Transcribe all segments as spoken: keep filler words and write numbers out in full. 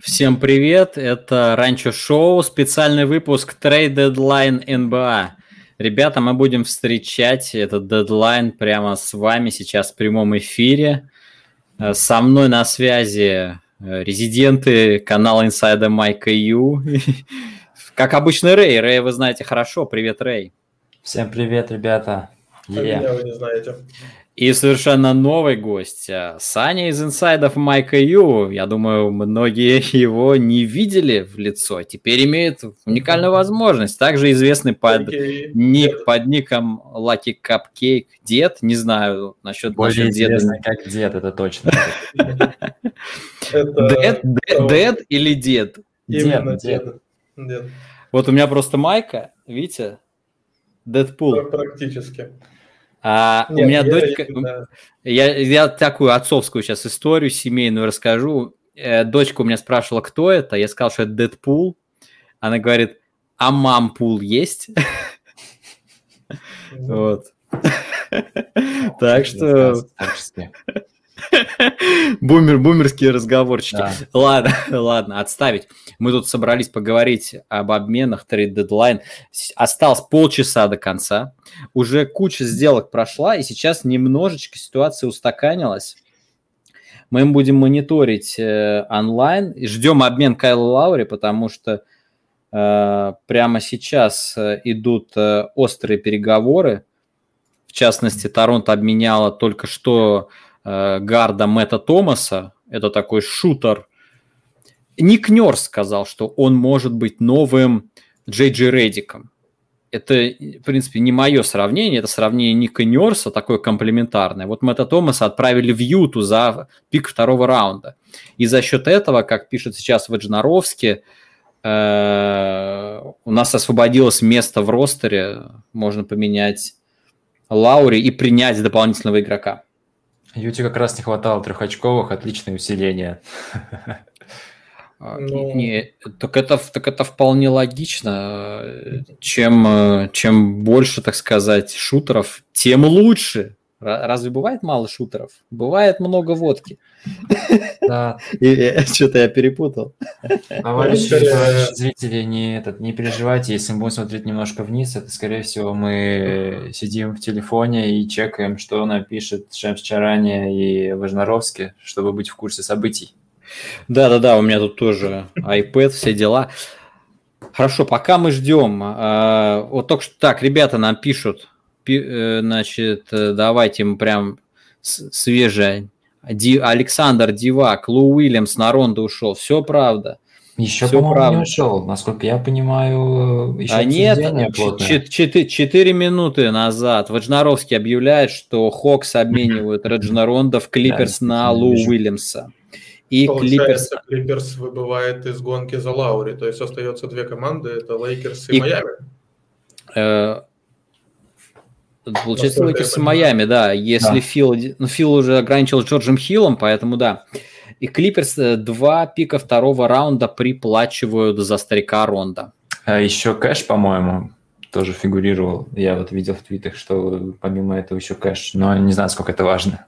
Всем привет, это Ранчо Шоу, специальный выпуск Trade Deadline эн би эй. Ребята, мы будем встречать этот дедлайн прямо с вами сейчас в прямом эфире. Со мной на связи резиденты канала Insider Майка Ю. Как обычно, Рэй. Рэй вы знаете хорошо. Привет, Рэй. Всем привет, ребята. А меня вы не знаете. И совершенно новый гость, Саня из инсайдов Майка Ю. Я думаю, многие его не видели в лицо. Теперь имеет уникальную возможность. Также известный под, ник, под ником Lucky Cupcake. Дед, не знаю насчет, Более насчет деда. известный как дед, это точно. Дед или дед? Именно дед. Вот у меня просто Майка, видите, Дэдпул. Практически. А Нет, у меня я, дочка, да. я, я такую отцовскую сейчас историю семейную расскажу. Э, дочка у меня спрашивала, кто это, я сказал, что это Дэдпул. Она говорит, а мампул есть? Вот. Так что... Бумер, бумерские разговорчики. Да. Ладно, ладно, отставить. Мы тут собрались поговорить об обменах, трейд дедлайн. Осталось полчаса до конца. Уже куча сделок прошла, и сейчас немножечко ситуация устаканилась. Мы будем мониторить э, онлайн. И ждем обмен Кайла Лаури, потому что э, прямо сейчас идут э, острые переговоры. В частности, Торонто обменяла только что гарда Мэтта Томаса, это такой шутер. Ник Нёрс сказал, что он может быть новым Джей Джей Реддиком. Это, в принципе, не мое сравнение, это сравнение Ника Нёрса, такое комплементарное. Вот Мэтта Томаса отправили в Юту за пик второго раунда. И за счет этого, как пишет сейчас Ваджнаровски, э, у нас освободилось место в ростере, можно поменять Лаури и принять дополнительного игрока. Юте как раз не хватало трехочковых, отличное усиление. Ну... Не, так, это, так это вполне логично. Чем, чем больше, так сказать, шутеров, тем лучше. Разве бывает мало шутеров? Бывает много водки. Да. Что-то я перепутал. Товарищи, товарищи зрители, не, этот, не переживайте, если мы будем смотреть немножко вниз, это, скорее всего, мы сидим в телефоне и чекаем, что напишет Шемс Чарани и Важнаровский, чтобы быть в курсе событий. Да-да-да, у меня тут тоже iPad, все дела. Хорошо, пока мы ждем. Вот только что так, ребята нам пишут, значит, давайте мы прям свежее. Ди, Александр Дивак, Лу Уильямс на Рондо ушел. Все правда. Еще, Все по-моему, правда. Не ушел. Насколько я понимаю, еще а нет, четыре минуты назад Ваджнаровский объявляет, что Хокс обменивают Реджина Ронда в Клиперс на Лу Уильямса. И Клиперс... Клиперс выбывает из гонки за Лаури. То есть остается две команды, это Лейкерс и, и... Майами. Э... Получается, Лейкерс и Майами, да. Если да. Фил, ну, Фил уже ограничил Джорджем Хиллом, поэтому да. И Клиперс два пика второго раунда приплачивают за старика Ронда. А еще кэш, по-моему, тоже фигурировал. Я вот видел в твитах, что помимо этого еще кэш. Но не знаю, сколько это важно.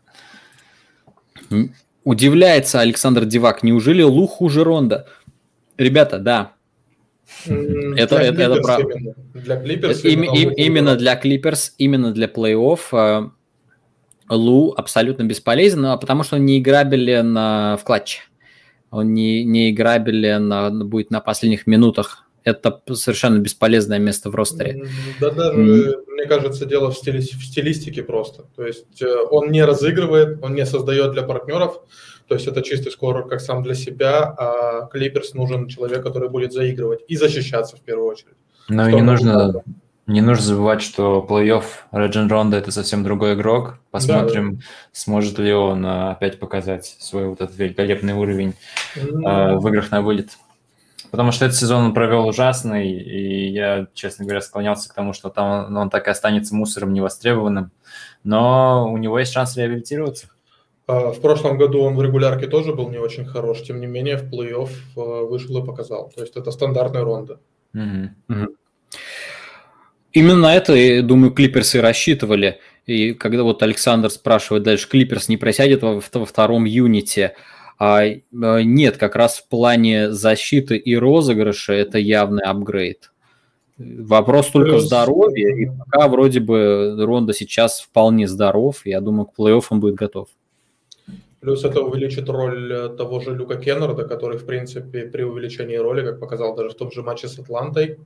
Удивляется Александр Дивак. Неужели Лу хуже Ронда? Ребята, да. Это, это, это правда. Для Клиперс им, им, именно для Клиперс, именно для плей-офф Лу абсолютно бесполезен, потому что он не играбелен в клатче. Он не, не играбелен на, будет на последних минутах. Это совершенно бесполезное место в ростере. Да даже, mm. мне кажется, дело в, стили, в стилистике просто. То есть он не разыгрывает, он не создает для партнеров. То есть это чистый скорер как сам для себя, а Клиперс нужен человек, который будет заигрывать и защищаться в первую очередь. Но и не нужно, не нужно забывать, что плей-офф Реджин Ронда – это совсем другой игрок. Посмотрим, да. сможет ли он опять показать свой вот этот великолепный уровень mm. в играх на вылет. Потому что этот сезон он провел ужасный, и я, честно говоря, склонялся к тому, что там он так и останется мусором невостребованным. Но у него есть шанс реабилитироваться. В прошлом году он в регулярке тоже был не очень хорош, тем не менее в плей-офф вышел и показал. То есть это стандартная ронда. Mm-hmm. Mm-hmm. Именно на это, я думаю, Клиперсы рассчитывали. И когда вот Александр спрашивает дальше, Клиперс не просядет во, во втором юните, А, нет, как раз в плане защиты и розыгрыша это явный апгрейд. Вопрос только Плюс... в здоровье, и пока вроде бы Рондо сейчас вполне здоров, я думаю, к плей-офф он будет готов. Плюс это увеличит роль того же Люка Кеннарда, который, в принципе, при увеличении роли, как показал даже в том же матче с Атлантой,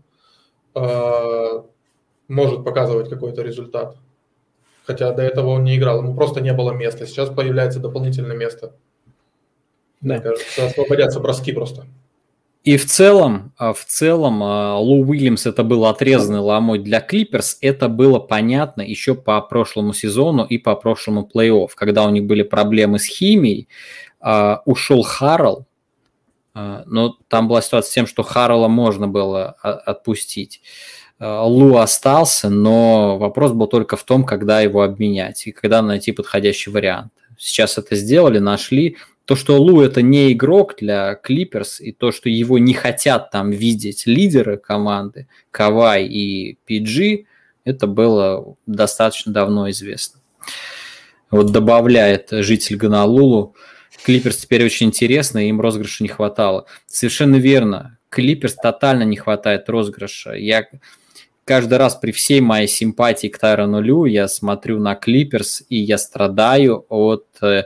может показывать какой-то результат. Хотя до этого он не играл, ему просто не было места. Сейчас появляется дополнительное место. Да. Мне кажется, освободятся броски просто. И в целом, в целом, Лу Уильямс это был отрезанный ломоть для Клиперс. Это было понятно еще по прошлому сезону и по прошлому плей-офф. Когда у них были проблемы с химией, ушел Харрелл. Но там была ситуация с тем, что Харрелла можно было отпустить. Лу остался, но вопрос был только в том, когда его обменять и когда найти подходящий вариант. Сейчас это сделали, нашли. То, что Лу это не игрок для Клиперс, и то, что его не хотят там видеть лидеры команды, Кавай и пи джи, это было достаточно давно известно. Вот добавляет житель Гонолулу. Клиперс теперь очень интересно, им розыгрыша не хватало. Совершенно верно. Клиперс тотально не хватает розыгрыша. Я каждый раз при всей моей симпатии к Тайрону Лю я смотрю на Клиперс, и я страдаю от...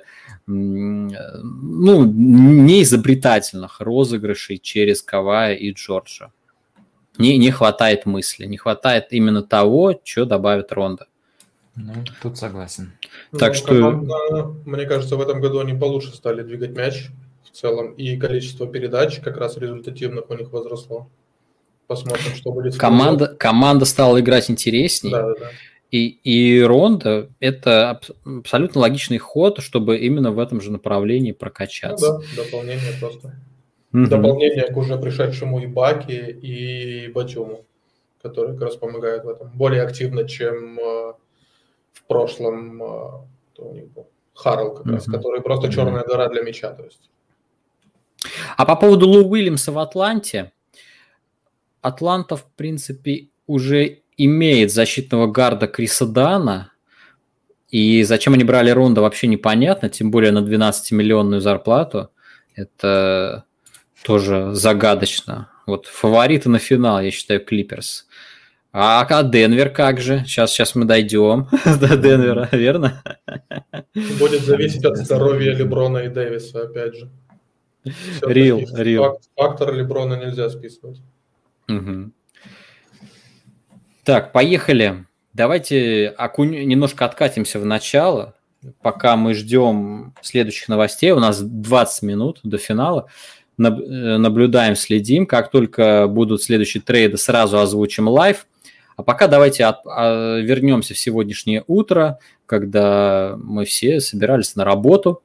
ну, неизобретательных розыгрышей через Кавая и Джорджа. Не, не хватает мысли, не хватает именно того, что добавит Рондо. Ну, тут согласен. Так ну, что... команда, мне кажется, в этом году они получше стали двигать мяч в целом, и количество передач как раз результативных у них возросло. Посмотрим, что будет. Команда, команда стала играть интереснее. Да, да, да. И, и Рондо – это абсолютно логичный ход, чтобы именно в этом же направлении прокачаться. Ну да, дополнение просто. Угу. Дополнение к уже пришедшему и Баки, и Батюму, которые как раз помогают в этом. Более активно, чем э, в прошлом э, кто у них был? Харрелл как угу. раз, который просто угу. черная дыра для мяча. То есть. А по поводу Лу Уильямса в Атланте. Атланта, в принципе, уже имеет защитного гарда Криса Дана, и зачем они брали Рондо, вообще непонятно, тем более на двенадцатимиллионную зарплату. Это тоже загадочно. Вот фавориты на финал, я считаю, Клиперс. А, а Денвер как же? Сейчас, сейчас мы дойдем до Денвера, верно? Будет зависеть от здоровья Леброна и Дэвиса, опять же. Рил, рил. Фактор Леброна нельзя списывать. Угу. Так, поехали. Давайте окунь... немножко откатимся в начало, пока мы ждем следующих новостей. У нас двадцать минут до финала. Наблюдаем, следим. Как только будут следующие трейды, сразу озвучим лайв. А пока давайте от... вернемся в сегодняшнее утро, когда мы все собирались на работу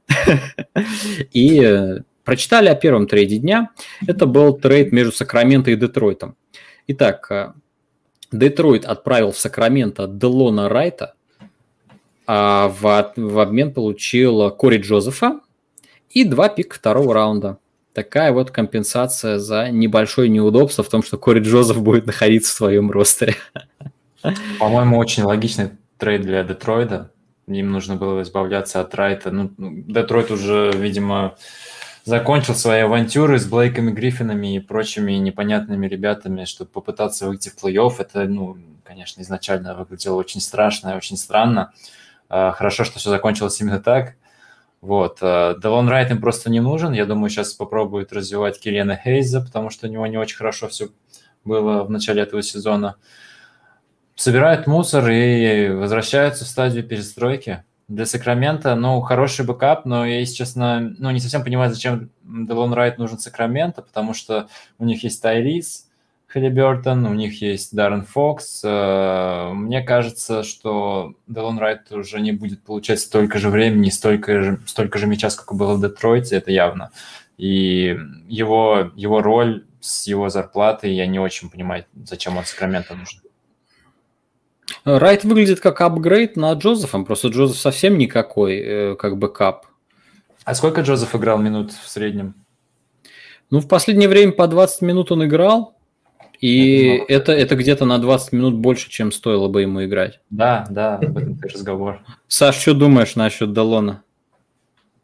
и прочитали о первом трейде дня. Это был трейд между Сакраменто и Детройтом. Итак, Детройт отправил в Сакраменто Делона Райта, а в, в обмен получил Кори Джозефа и два пика второго раунда. Такая вот компенсация за небольшое неудобство в том, что Кори Джозеф будет находиться в своем ростере. По-моему, очень логичный трейд для Детройта. Им нужно было избавляться от Райта. Ну, Детройт уже, видимо, закончил свои авантюры с Блейками Гриффинами и прочими непонятными ребятами, чтобы попытаться выйти в плей-офф. Это, ну, конечно, изначально выглядело очень страшно и очень странно. Хорошо, что все закончилось именно так. Вот. Делон Райт им просто не нужен. Я думаю, сейчас попробует развивать Киллиана Хейза, потому что у него не очень хорошо все было в начале этого сезона. Собирают мусор и возвращаются в стадию перестройки. Для Сакрамента, ну, хороший бэкап, но я, если честно, ну, не совсем понимаю, зачем Делон Райт нужен Сакраменто, потому что у них есть Тайрис Хелибертон, у них есть Даррен Фокс. Мне кажется, что Делон Райт уже не будет получать столько же времени, столько же, столько же мяча, сколько было в Детройте, это явно. И его, его роль с его зарплатой, я не очень понимаю, зачем он Сакраменто нужен. Райт выглядит как апгрейд на Джозефа, просто Джозеф совсем никакой, как бэкап. А сколько Джозеф играл минут в среднем? Ну, в последнее время по двадцать минут он играл, и это, это где-то на двадцать минут больше, чем стоило бы ему играть. Да, да, об этом разговор. Саш, что думаешь насчет Делона?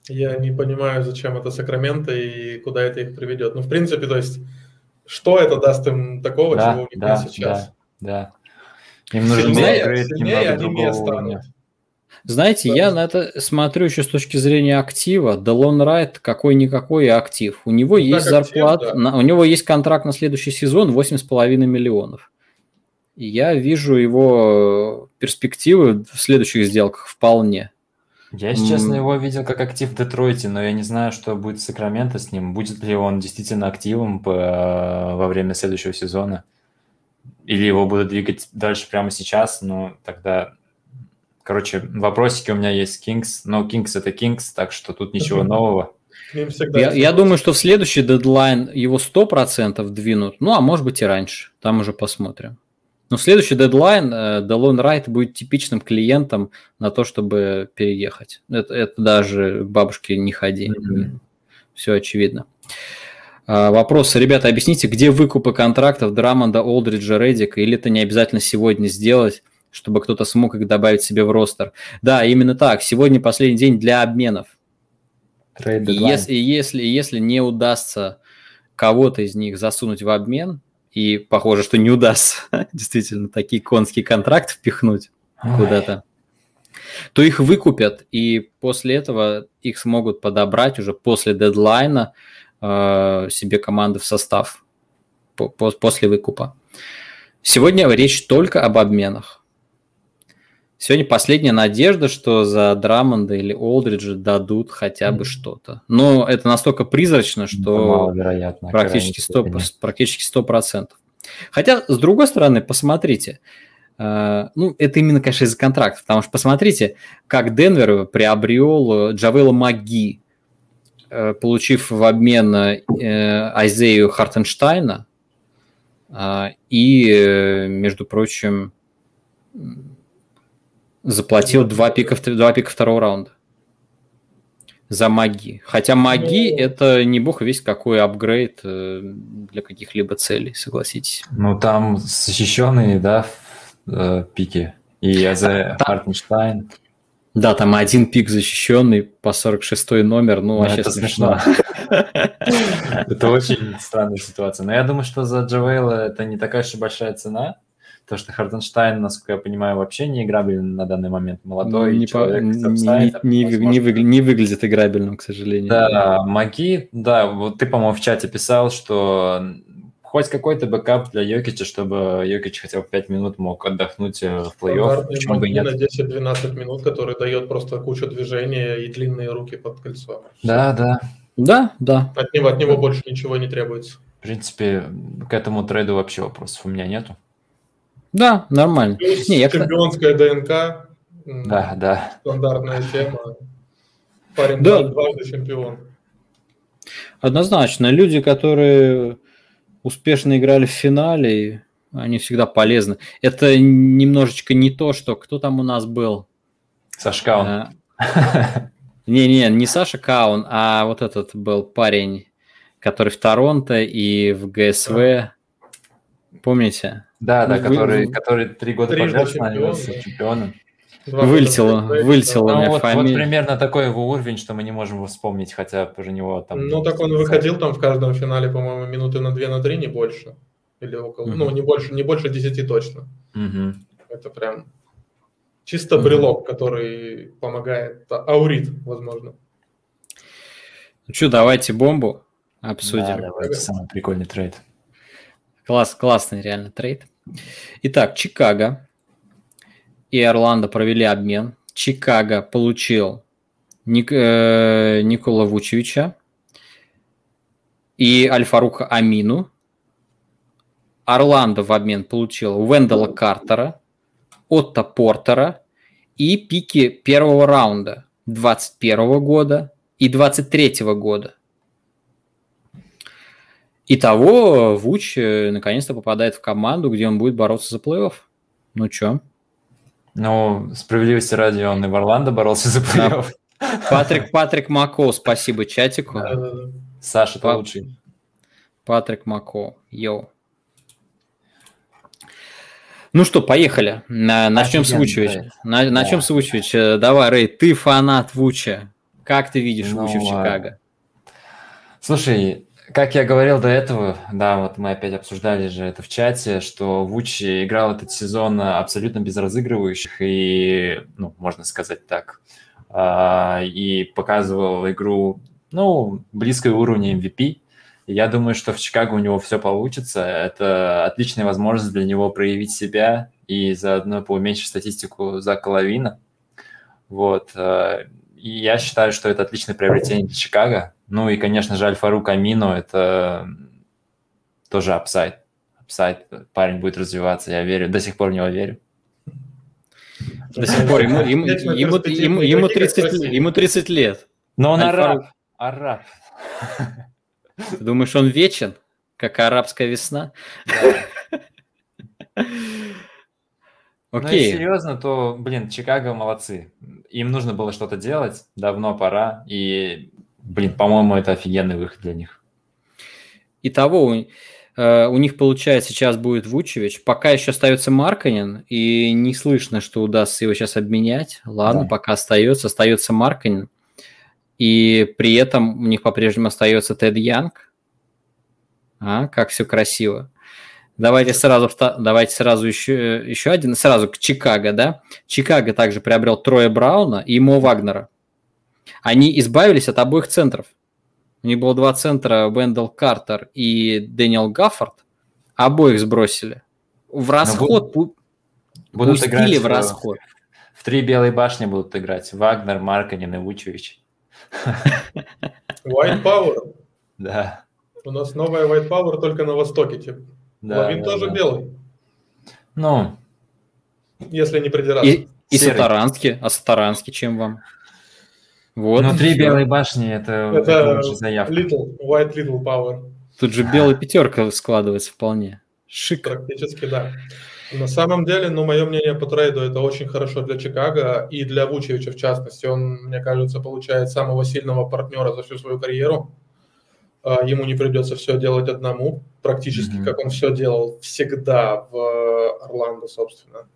Я не понимаю, зачем это Сакраменто и куда это их приведет. Ну, в принципе, то есть, что это даст им такого, Да, чего у них да, нет сейчас? да, да. Им нужен был Сильнее, апгрейд сильнее немного они не другого станут. уровня. Знаете, Да. я на это смотрю еще с точки зрения актива. Делон Райт какой-никакой актив. У него Ну, есть как актив, зарплата, да. на- у него есть контракт на следующий сезон восемь с половиной миллионов. И я вижу его перспективы в следующих сделках вполне. Я, если честно, М. его видел как актив в Детройте, но я не знаю, что будет с Сакраменто с ним. Будет ли он действительно активом по- во время следующего сезона? Или его будут двигать дальше прямо сейчас? Ну, тогда... Короче, вопросики у меня есть с Кингс, но Кингс это Кингс, так что тут ничего нового. К ним всегда Я, есть я вопросы. думаю, что в следующий дедлайн его сто процентов двинут, ну, а может быть и раньше, там уже посмотрим. Но в следующий дедлайн э, Делон Райт будет типичным клиентом на то, чтобы переехать. Это, это даже к бабушке не ходи. Мгм. Все очевидно. А, вопрос. Ребята, объясните, где выкупы контрактов Драмонда, Олдриджа, Реддика? Или это не обязательно сегодня сделать, чтобы кто-то смог их добавить себе в ростер? Да, именно так. Сегодня последний день для обменов. Трейд И дедлайн. если, если, если не удастся кого-то из них засунуть в обмен, и похоже, что не удастся действительно такие конские контракты впихнуть Ой. куда-то, то их выкупят, и после этого их смогут подобрать уже после дедлайна э, себе команды в состав по- по- после выкупа. Сегодня речь только об обменах. Сегодня последняя надежда, что за Драмонда или Олдриджа дадут хотя бы Мгм. что-то. Но это настолько призрачно, Это что маловероятно. практически крайней сто, степени. практически сто процентов. Хотя, с другой стороны, посмотрите, э, ну, это именно, конечно, из-за контракта, потому что посмотрите, как Денвер приобрел Джавела Маги, э, получив в обмен э, Айзею Хартенштайна э, и, э, между прочим, заплатил два пика, два пика второго раунда за Маги. Хотя Маги Ну, это не бог весть какой апгрейд э, для каких-либо целей, согласитесь. Ну, там защищенные, да, э, пики. И Азе Хартенштайн. Да, там один пик защищенный по сорок шестой номер, ну, Ну, вообще это смешно. Это очень странная ситуация. Но я думаю, что за Джавейла это не такая уж и большая цена. То, что Хартенштайн, насколько я понимаю, вообще не играбелен на данный момент. Молодой Не, по- человек с не- апсайдом, не- не возможно. выгля- не выглядит играбельным, к сожалению. Да, Маги, да, вот ты, по-моему, в чате писал, что хоть какой-то бэкап для Йокича, чтобы Йокич хотя бы пять минут мог отдохнуть в плей-офф, стандартный почему бы и Маги на нет. десять-двенадцать минут, который дает просто кучу движения и длинные руки под кольцо. Да, да. Да, да. От него, от него больше ничего не требуется. В принципе, к этому трейду вообще вопросов у меня нету. Да, нормально. Плюс Не, я, кстати- чемпионская ДНК. м, Да, да. Стандартная тема. Парень Да. два- дважды чемпион. Однозначно, люди, которые успешно играли в финале, они всегда полезны. Это немножечко не то, что кто там у нас был. Сашка, он. А, Не-не, не Саша Каун, а вот этот был парень, который в Торонто и в ГСВ. Помните? Да, да, Вы- который, вы- который три года Трижды подряд чемпион, становился да. чемпионом. Два Вылетело, года в вылетело. да. у меня Ну, вот, вот фамилия. примерно такой его уровень, что мы не можем его вспомнить, хотя про него там... Ну, так он выходил там в каждом финале, по-моему, минуты на две, на три, не больше. Или около, Мгм. ну, не больше, не больше десяти точно. Мгм. Это прям чисто брелок, который помогает, а- аурит, возможно. Ну что, давайте бомбу обсудим. Да, давайте, самый прикольный трейд. Класс, классный реально трейд. Итак, Чикаго и Орландо провели обмен. Чикаго получил Ник- э, Никола Вучевича и Альфаруха Амину. Орландо в обмен получил Уэндала Картера, Отто Портера и пики первого раунда двадцать первого года и двадцать третьего года. Итого Вуч э, наконец-то попадает в команду, где он будет бороться за плей-офф. Ну чё? Ну, справедливости ради, он и в Орландо боролся за плей-офф. Патрик, Патрик Мако, спасибо чатику. Да-да-да. Саша, ты Па- лучший. Патрик Мако, йоу. Ну что, поехали. На, начнем с Офигенно, Вучевича. Рейд. На, начнем Да. с Вучевича. Давай, Рей, ты фанат Вуча. Как ты видишь Ну, Вуча в а, Чикаго? Слушай, как я говорил до этого, да, вот мы опять обсуждали же это в чате, что Вучи играл этот сезон абсолютно без разыгрывающих и, ну, можно сказать так, а, и показывал игру, ну, близкой уровню эм ви пи. И я думаю, что в Чикаго у него все получится. Это отличная возможность для него проявить себя и заодно поуменьшить статистику Зака Лавина. Вот. э, И я считаю, что это отличное приобретение для Чикаго. Ну и, конечно же, Аль-Фарук Амину – это тоже апсайд. Апсайд. Парень будет развиваться, я верю. До сих пор в него верю. До сих пор ему, ему, Вечно ему, ему, перспективные ему, игроки, как тридцать, красивые. ему тридцать лет. Но он Аль-Фарук. араб. Араб. Ты думаешь, он вечен, как арабская весна? Да. Ну, если Окей. серьезно, то, блин, Чикаго молодцы. Им нужно было что-то делать, давно пора. И, блин, по-моему, это офигенный выход для них. Итого, у, э, у них, получается, сейчас будет Вучевич. Пока еще остается Маркканен, и не слышно, что удастся его сейчас обменять. Ладно, Да. пока остается. Остается Маркканен. И при этом у них по-прежнему остается Тед Янг. А, как все красиво. Давайте сразу, вто- давайте сразу еще, еще один, сразу к Чикаго, да? Чикаго также приобрел Троя Брауна и Мо Вагнера. Они избавились от обоих центров. У них было два центра, Вендел Картер и Дэниел Гаффорд. Обоих сбросили. В расход пу- Будут пустили играть в э, расход. в три белые башни будут играть. Вагнер, Маркканен и Вучевич. White Power. Да. У нас новая White Power только на Востоке. Типа. Да, Лавин да, тоже да. белый, Ну, если не придираться. И, и Серый. Сатаранский. А Сатаранский чем вам? Вот. ну три всё. белые башни это, это Это уже заявка. little, White Little Power. Тут же белая пятерка складывается вполне. Шик. Практически, да. На самом деле, ну, мое мнение по трейду, это очень хорошо для Чикаго и для Вучевича в частности. Он, мне кажется, получает самого сильного партнера за всю свою карьеру. А, Ему не придется все делать одному, практически Мгм. как он все делал всегда в Орландо, собственно.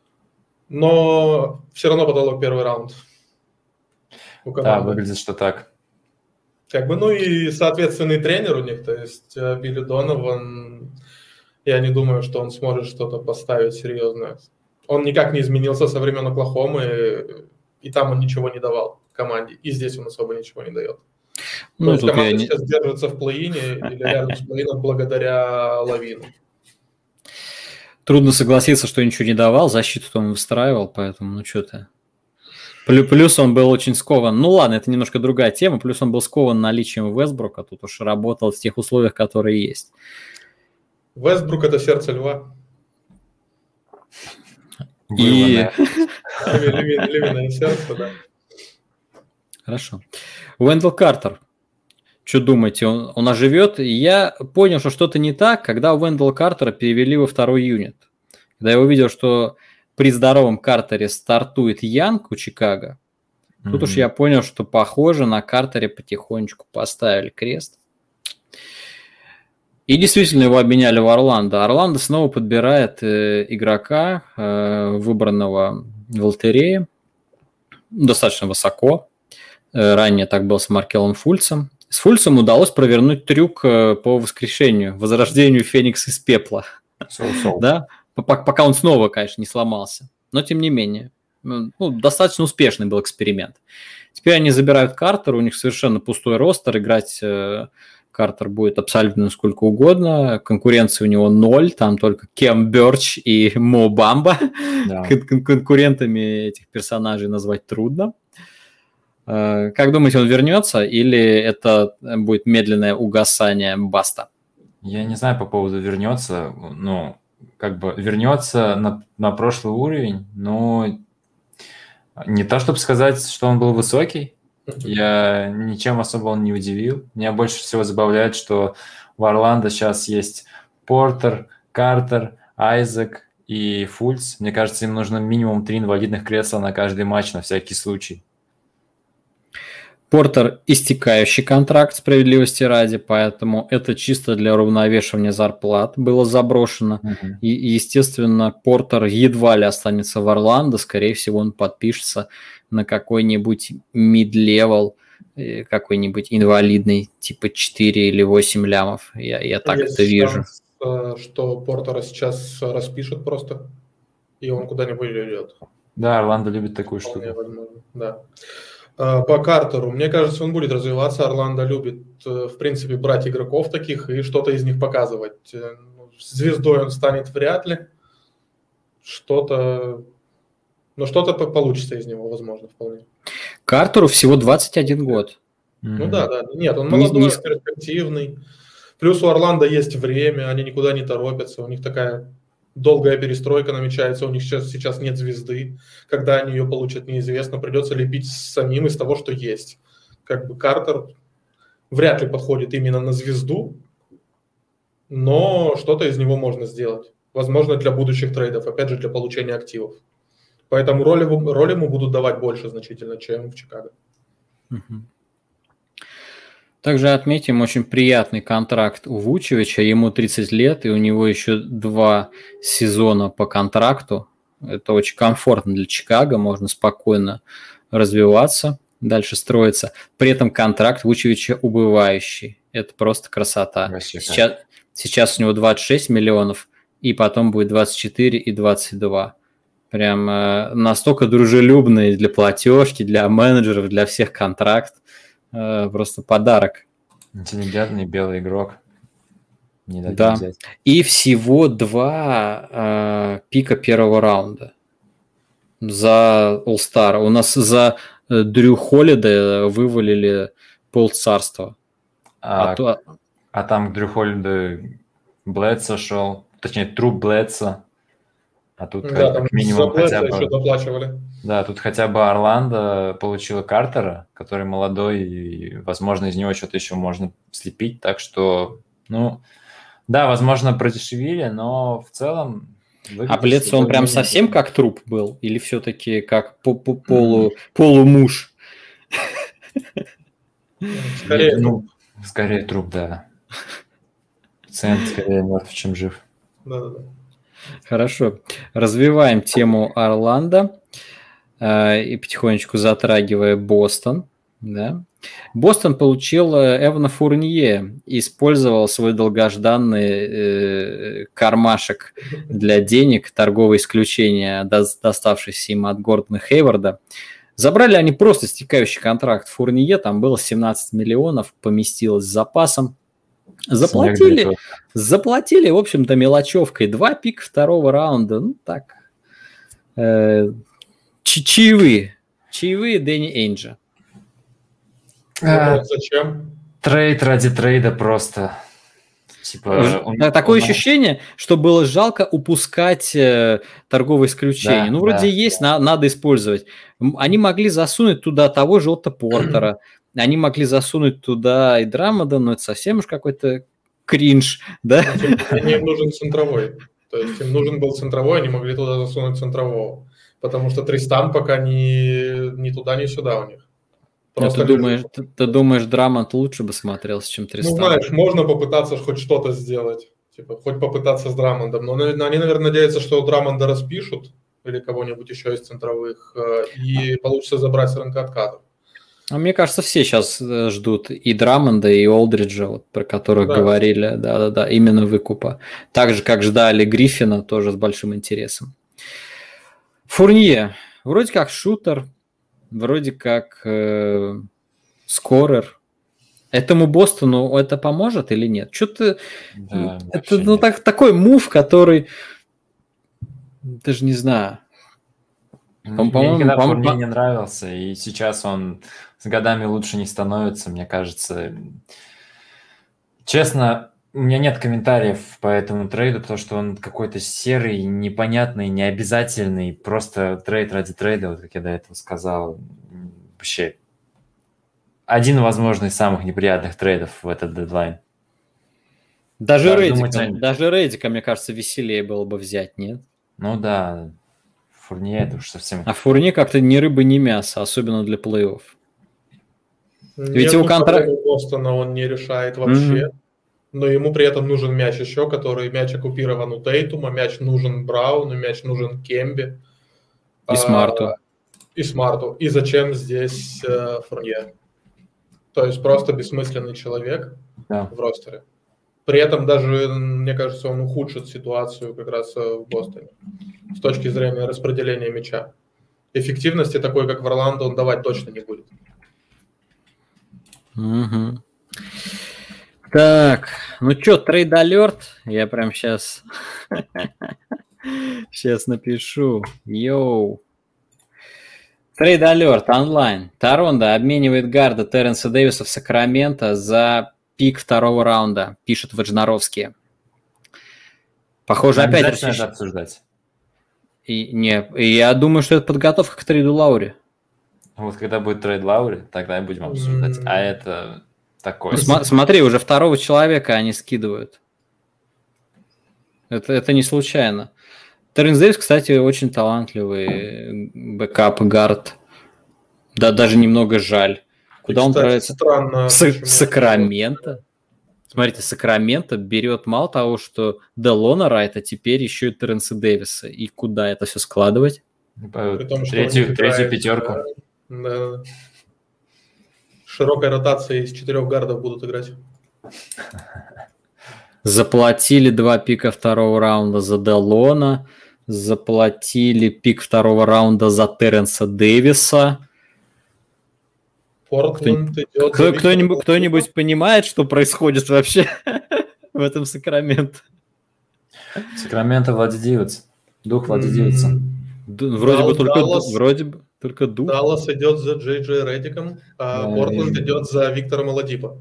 Но все равно потолок первый раунд у Да, команды. выглядит, что так. Как бы, ну и соответственный тренер у них, то есть э, Билли Донован, я не думаю, что он сможет что-то поставить серьезное. Он никак не изменился со времен Оклахомы, и там он ничего не давал команде, и здесь он особо ничего не дает. Ну, То есть тут я команда не... сейчас держится в плей-ине или рядом с плей-ином благодаря Лавину. Трудно согласиться, что ничего не давал, защиту он выстраивал, поэтому, ну, что ты. Плю- Плюс он был очень скован. Ну, ладно, это немножко другая тема. Плюс он был скован наличием Вестбрука, тут уж работал в тех условиях, которые есть. Вестбрук – это сердце льва. И... Вырванное. Львиное львиное сердце, да. Хорошо. Уэндел Картер. Что думаете, он, он оживет? И я понял, что что-то не так, когда Уэндела Картера перевели во второй юнит. Когда я увидел, что при здоровом Картере стартует Янг у Чикаго, тут уж Мгм. я понял, что похоже, на Картере потихонечку поставили крест. И действительно его обменяли в Орландо. Орландо снова подбирает э, игрока, э, выбранного в лотерее, достаточно высоко. Э, ранее так было с Маркелом Фульцем. С Фульцем удалось провернуть трюк э, по воскрешению, возрождению Феникса из пепла. Соу-соу. Да? П- Пока он снова, конечно, не сломался. Но тем не менее. Ну, достаточно успешный был эксперимент. Теперь они забирают Картера, у них совершенно пустой ростер, играть э, Картер будет абсолютно сколько угодно, конкуренции у него ноль, там только Кем Бёрч и Мо Бамба. Да. Кон- кон- Конкурентами этих персонажей назвать трудно. Э, Как думаете, он вернется или это будет медленное угасание Баста? Я не знаю по поводу вернется, ну, как бы вернется на, на прошлый уровень, но не то, чтобы сказать, что он был высокий, я ничем особо он не удивил. Меня больше всего забавляет, что в Орландо сейчас есть Портер, Картер, Айзек и Фульц. Мне кажется, им нужно минимум три инвалидных кресла на каждый матч на всякий случай. Портер истекающий контракт, справедливости ради, поэтому это чисто для уравновешивания зарплат было заброшено. Uh-huh. И, естественно, Портер едва ли останется в Орландо, скорее всего, он подпишется на какой-нибудь mid-level, какой-нибудь инвалидный, типа четыре или восемь лямов. Я, я так Есть это вижу. Шанс, что Портера сейчас распишут просто, и он куда-нибудь идет. Да, Орландо любит такую штуку. Возможно, да. По Картеру, мне кажется, он будет развиваться. Орландо любит, в принципе, брать игроков таких и что-то из них показывать. Звездой он станет вряд ли. Что-то... Но что-то получится из него, возможно, вполне. Картеру всего двадцать один год. Ну mm-hmm. да, да. Нет, он молодой, не... перспективный. Плюс у Орландо есть время, они никуда не торопятся. У них такая... долгая перестройка намечается, у них сейчас, сейчас нет звезды. Когда они ее получат, неизвестно. Придется лепить самим из того, что есть. Как бы Картер вряд ли подходит именно на звезду, но что-то из него можно сделать. Возможно, для будущих трейдов, опять же, для получения активов. Поэтому роль, роль ему будут давать больше значительно, чем в Чикаго. Угу. Также отметим очень приятный контракт у Вучевича. Ему тридцать лет, и у него еще два сезона по контракту. Это очень комфортно для Чикаго, можно спокойно развиваться, дальше строиться. При этом контракт Вучевича убывающий. Это просто красота. Сейчас, сейчас у него двадцать шесть миллионов, и потом будет двадцать четыре и двадцать два. Прям э, настолько дружелюбный для платежки, для менеджеров, для всех контракт. Просто подарок. Интеллигентный белый игрок. Не да. Взять. И всего два э, пика первого раунда за All-Star. У нас за Дрю Холлидея вывалили полцарства. А, а, то... а там Дрю Холлидей Блэдсо шел, точнее, Тру Блэдсо. А тут да, как минимум хотя бы... еще доплачивали. Да, тут хотя бы Орландо получила Картера, который молодой, и, возможно, из него что-то еще можно слепить. Так что, ну, да, возможно, продешевили, но в целом... А Блэдсо, он прям совсем как труп был? Или все-таки как полу, полумуж? Скорее труп. Скорее труп, да. Пациент скорее мертв, чем жив. Да-да-да. Хорошо. Развиваем тему Орландо э, и потихонечку затрагивая Бостон. Да. Бостон получил Эвана Фурнье и использовал свой долгожданный э, кармашек для денег, торговое исключение, до, доставшееся им от Гордона Хейварда. Забрали они просто стекающий контракт Фурнье, там было семнадцать миллионов, поместилось с запасом. Заплатили, заплатили, в общем-то, мелочевкой. Два пика второго раунда. Ну, так. Э, чаевые. Чаевые Дэнни Эйнджа. А, зачем? Трейд ради трейда просто. Типа, он, такое он... ощущение, что было жалко упускать э, торговое исключение. Да, ну, вроде да, есть, да. на, надо использовать. Они могли засунуть туда того же Отто Портера. Они могли засунуть туда и Драмонда, но это совсем уж какой-то кринж, да? Им нужен центровой. То есть им нужен был центровой, они могли туда засунуть центрового. Потому что Тристан пока ни, ни туда, ни сюда у них. Ты думаешь, ты, ты думаешь, Драмонд лучше бы смотрелся, чем Тристан? Ну, знаешь, можно попытаться хоть что-то сделать. Типа, хоть попытаться с Драмондом. Но они, наверное, надеются, что Драмонда распишут или кого-нибудь еще из центровых, и получится забрать с рынка откатов. А мне кажется, все сейчас ждут и Драмонда, и Олдриджа, вот, про которых да. говорили, да-да-да, именно выкупа. Так же, как ждали Гриффина, тоже с большим интересом. Фурнье, вроде как шутер, вроде как э, скорер. Этому Бостону это поможет или нет? Что-то да, это ну, так, такой мув, который даже не знаю. Мне никогда Фурнье не нравился, и сейчас он с годами лучше не становится, мне кажется. Честно, у меня нет комментариев по этому трейду, потому что он какой-то серый, непонятный, необязательный, просто трейд ради трейда, вот как я до этого сказал. Вообще, один, возможно, из самых неприятных трейдов в этот дедлайн. Даже Реддика, даже Реддика, мне кажется, веселее было бы взять, нет? Ну да, Фурнье это уж совсем... А Фурнье как-то ни рыба, ни мясо, особенно для плей-офф. Ведь его контракт... Бостона он не решает вообще, mm-hmm. но ему при этом нужен мяч еще, который мяч оккупирован у Тейтума, мяч нужен Брауну, мяч нужен Кембе. И Смарту. А, и Смарту. И зачем здесь э, Фурнье? То есть просто бессмысленный человек да. в ростере. При этом даже, мне кажется, он ухудшит ситуацию как раз в Бостоне с точки зрения распределения мяча. Эффективности такой, как в Орландо, он давать точно не будет. Угу. Так, ну что, трейд-алерт? Я прям сейчас... сейчас напишу. Йоу. Трейд-алерт онлайн. Торонто обменивает гарда Терренса Дэвиса в Сакраменто за пик второго раунда, пишет Ваджнаровский. Похоже, опять... Расчищ... обсуждать. И, не, и я думаю, что это подготовка к трейду Лаури. Вот когда будет трейд Лаури, тогда и будем обсуждать. Mm-hmm. А это такое... Ну, см- смотри, уже второго человека они скидывают. Это, это не случайно. Терренс Дэвис, кстати, очень талантливый бэкап, гард. Да, даже немного жаль. Куда и, он отправится? В, С- в Сакраменто. Смотрите, Сакраменто берет мало того, что Делона Райта, теперь еще и Терренса Дэвиса. И куда это все складывать? Том, третью, третью пятерку. Да. Широкой ротацией из четырех гардов будут играть. Заплатили два пика второго раунда за Делона. Заплатили пик второго раунда за Терренса Дэвиса. Портленд Кто, идет кто, кто-нибудь, кто-нибудь понимает, что происходит вообще в этом Сакраменто? Сакраменто Влади Дивидс. Дух Влади Дивидса. Mm-hmm. Вроде Дал, бы только Даллас, вроде бы только дух. Даллас идет за Джей Джей Реддиком, а да, Портленд идет за Виктором Оладипо.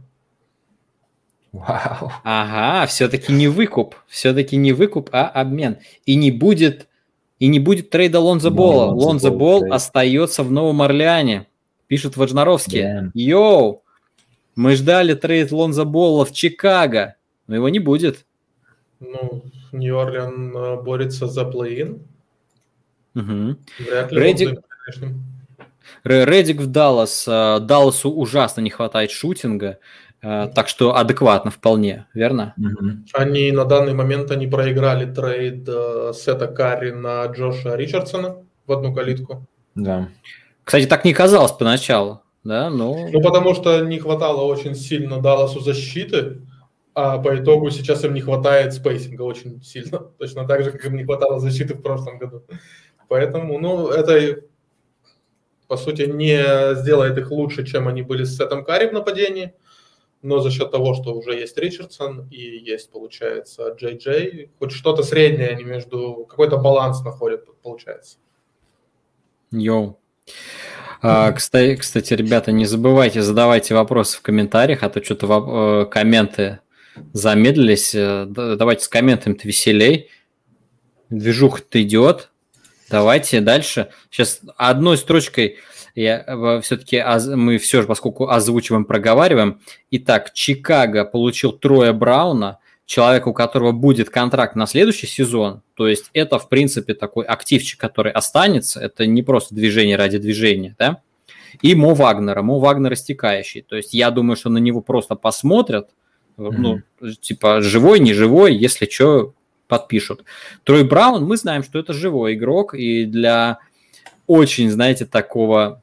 Вау. Ага, все-таки не выкуп. Все-таки не выкуп, а обмен. И не будет, и не будет трейда Лонзо Болла. Лонзо Болл остается в Новом Орлеане. Пишет Ваджнаровский. Yeah. Йоу, мы ждали трейд Лонзо Болла в Чикаго, но его не будет. Ну, Нью-Орлеан борется за плей-ин. Угу. Вряд ли Реддик... Реддик в Даллас. Далласу ужасно не хватает шутинга, так что адекватно вполне, верно? Угу. Они на данный момент они проиграли трейд Сета Карри на Джоша Ричардсона в одну калитку. Да. Кстати, так не казалось поначалу, да, но... Ну, потому что не хватало очень сильно Далласу защиты, а по итогу сейчас им не хватает спейсинга очень сильно. Точно так же, как им не хватало защиты в прошлом году. Поэтому, ну, это, по сути, не сделает их лучше, чем они были с Сетом Карри в нападении, но за счет того, что уже есть Ричардсон и есть, получается, Джей Джей, хоть что-то среднее они между... Какой-то баланс находят, получается. Йоу. А, кстати, кстати, ребята, не забывайте, задавайте вопросы в комментариях, а то что-то э, комменты замедлились. Давайте с комментами-то веселей. Движуха-то идет. Давайте дальше. Сейчас одной строчкой я, все-таки мы все же, поскольку озвучиваем, проговариваем. Итак, Чикаго получил Троя Брауна, человека, у которого будет контракт на следующий сезон. То есть это, в принципе, такой активчик, который останется. Это не просто движение ради движения, да? И Мо Вагнера. Мо Вагнер истекающий. То есть я думаю, что на него просто посмотрят. Mm-hmm. Ну, типа, живой, не живой, если что, подпишут. Трой Браун, мы знаем, что это живой игрок. И для очень, знаете, такого...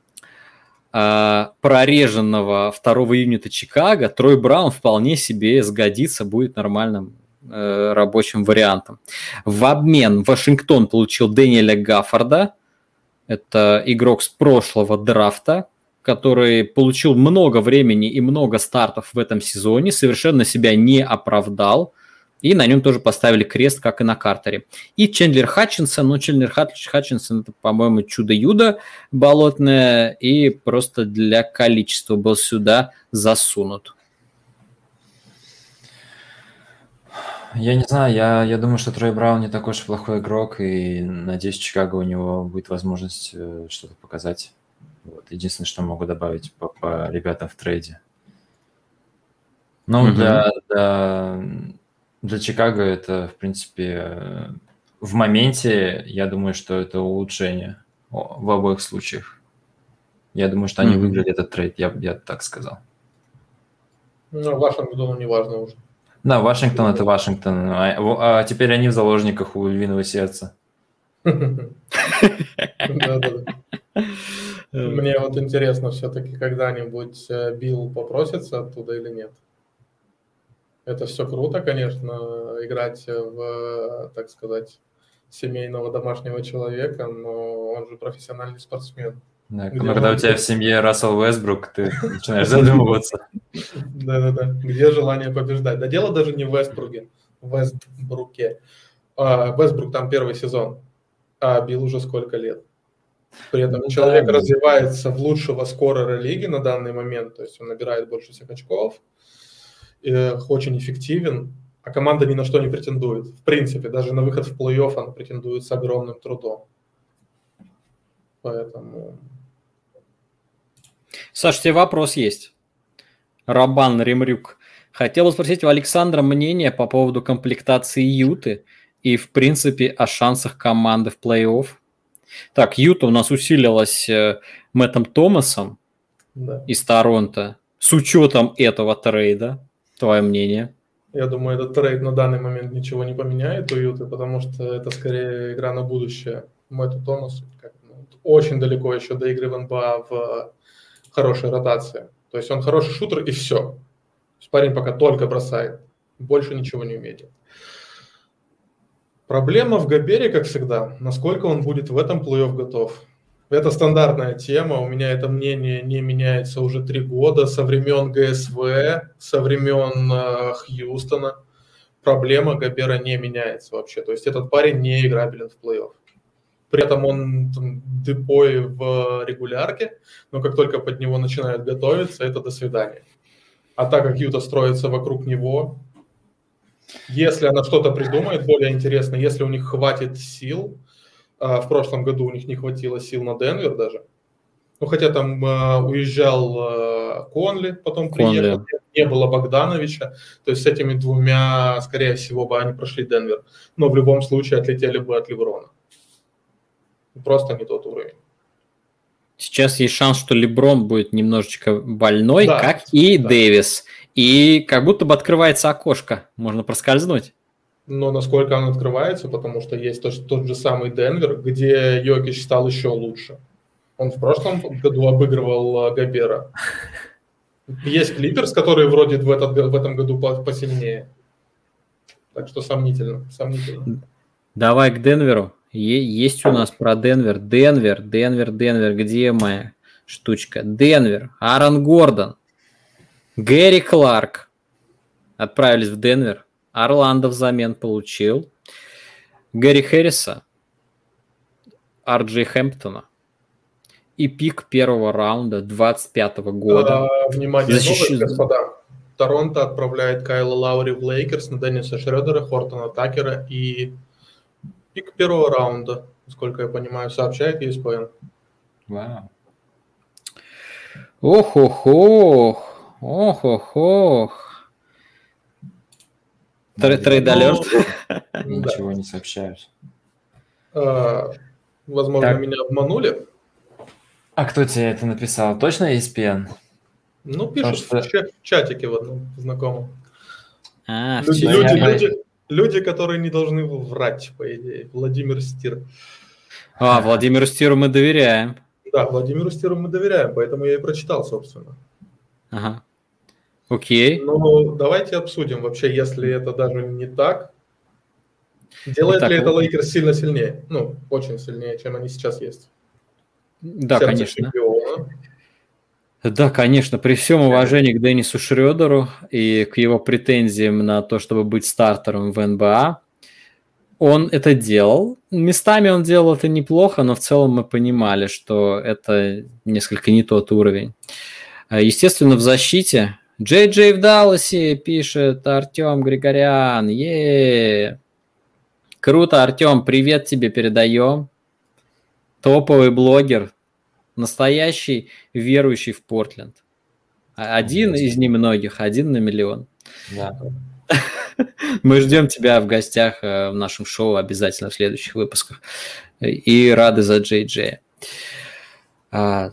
прореженного второго юнита Чикаго, Трой Браун вполне себе сгодится, будет нормальным э, рабочим вариантом. В обмен Вашингтон получил Дэниеля Гаффорда, это игрок с прошлого драфта, который получил много времени и много стартов в этом сезоне, совершенно себя не оправдал, и на нем тоже поставили крест, как и на Картере. И Чендлер Хатчинсон, ну, Чендлер Хатчинсон, это, по-моему, чудо-юдо болотное, и просто для количества был сюда засунут. Я не знаю, я, я думаю, что Трой Браун не такой уж плохой игрок, и надеюсь, в Чикаго у него будет возможность что-то показать. Вот. Единственное, что могу добавить по, по ребятам в трейде. Ну, mm-hmm. для... для... Для Чикаго это, в принципе, в моменте, я думаю, что это улучшение в обоих случаях. Я думаю, что они Мгм. выиграли этот трейд, я, я так сказал. Ну, Вашингтону не важно уже. Да, Вашингтон – это Вашингтон. А, во- а теперь они в заложниках у львиного сердца. Да-да-да. Мне вот интересно все-таки, когда-нибудь э, Билл попросится оттуда или нет. Это все круто, конечно, играть в, так сказать, семейного домашнего человека, но он же профессиональный спортсмен. Да, Где но когда у тебя в желание- семье Рассел Уэстбрук, ты начинаешь задумываться. Да-да-да. Где желание побеждать? Да дело даже не в Вестбруке. В Вестбруке. А, Вестбрук там первый сезон, а Билл уже сколько лет. При этом Ну человек да. развивается в лучшего скорера лиги на данный момент, то есть он набирает больше всех очков, э, очень эффективен, а команда ни на что не претендует. В принципе, даже на выход в плей-офф она претендует с огромным трудом. Поэтому... Саш, тебе вопрос есть. Рабан Ремрюк. Хотел бы спросить у Александра мнение по поводу комплектации Юты и, в принципе, о шансах команды в плей-офф. Так, Юта у нас усилилась э, Мэттом Томасом Да. из Торонто. С учетом этого трейда, твое мнение? Я думаю, этот трейд на данный момент ничего не поменяет у Юты, потому что это скорее игра на будущее. Мэтту Томасу как, ну, очень далеко еще до игры в эн би эй в хорошей ротации. То есть он хороший шутер и все. То есть парень пока только бросает, больше ничего не умеет. Проблема в Гобере, как всегда, насколько он будет в этом плей-офф готов. Это стандартная тема, у меня это мнение не меняется уже три года, со времен ГСВ, со времен э, Хьюстона. Проблема Гобера не меняется вообще, то есть этот парень не играбелен в плей-офф. При этом он там, депой в регулярке, но как только под него начинают готовиться, это до свидания. А так как Юта строится вокруг него, если она что-то придумает более интересное, если у них хватит сил, а в прошлом году у них не хватило сил на Денвер даже, ну хотя там а, уезжал а, Конли, потом приехал, Конли. не было Богдановича, то есть с этими двумя, скорее всего, бы они прошли Денвер, но в любом случае отлетели бы от Леброна. Просто не тот уровень. Сейчас есть шанс, что Леброн будет немножечко больной, Да, как и да. Дэвис. И как будто бы открывается окошко, можно проскользнуть. Но насколько он открывается, потому что есть тот, тот же самый Денвер, где Йокич стал еще лучше. Он в прошлом году обыгрывал Гобера. Есть Клиперс, которые вроде в, этот, в этом году посильнее. Так что сомнительно. сомнительно. Давай к Денверу. Е- есть у нас про Денвер. Денвер, Денвер, Денвер. Где моя штучка? Денвер. Аарон Гордон. Гэри Кларк. Отправились в Денвер. Орландо взамен получил. Гэри Хэрриса. Ар Джей Хэмптона. И пик первого раунда двадцать пятого года. А, внимание, Защищ... новость, господа. Торонто отправляет Кайла Лаури в Лейкерс на Денниса Шредера, Хортона Такера и пик первого раунда, насколько я понимаю, сообщает и эс пи эн. Вау. Ох-ох-ох. Ох-ох-ох. Трейд-алерт. Ничего не сообщают. А, возможно, Так. меня обманули. А кто тебе это написал? Точно и эс пи эн? Ну, пишут Потому в ча- чатике в одном знакомом. А, в Люди, чате. люди, я- люди, люди, которые не должны врать, по идее. Владимир Стир. А, Владимиру Стиру мы доверяем. Да, Владимиру Стиру мы доверяем, поэтому я и прочитал, собственно. Ага. Окей. Ну, давайте обсудим вообще, если это даже не так. Делает Итак, ли это вот- Лейкерс сильно сильнее? Ну, очень сильнее, чем они сейчас есть. Да, Сердце конечно. чемпиона. Да, конечно. При всем уважении к Деннису Шрёдеру и к его претензиям на то, чтобы быть стартером в эн би эй, он это делал. Местами он делал это неплохо, но в целом мы понимали, что это несколько не тот уровень. Естественно, в защите Джей Джей в Далласе, пишет Артем Григорян. Е-е-е. Круто, Артем, привет тебе передаем. Топовый блогер, настоящий верующий в Портленд. Один Господи. из немногих, один на миллион. Да. Мы ждем тебя в гостях э, в нашем шоу обязательно в следующих выпусках. И рады за Джей Джей. А,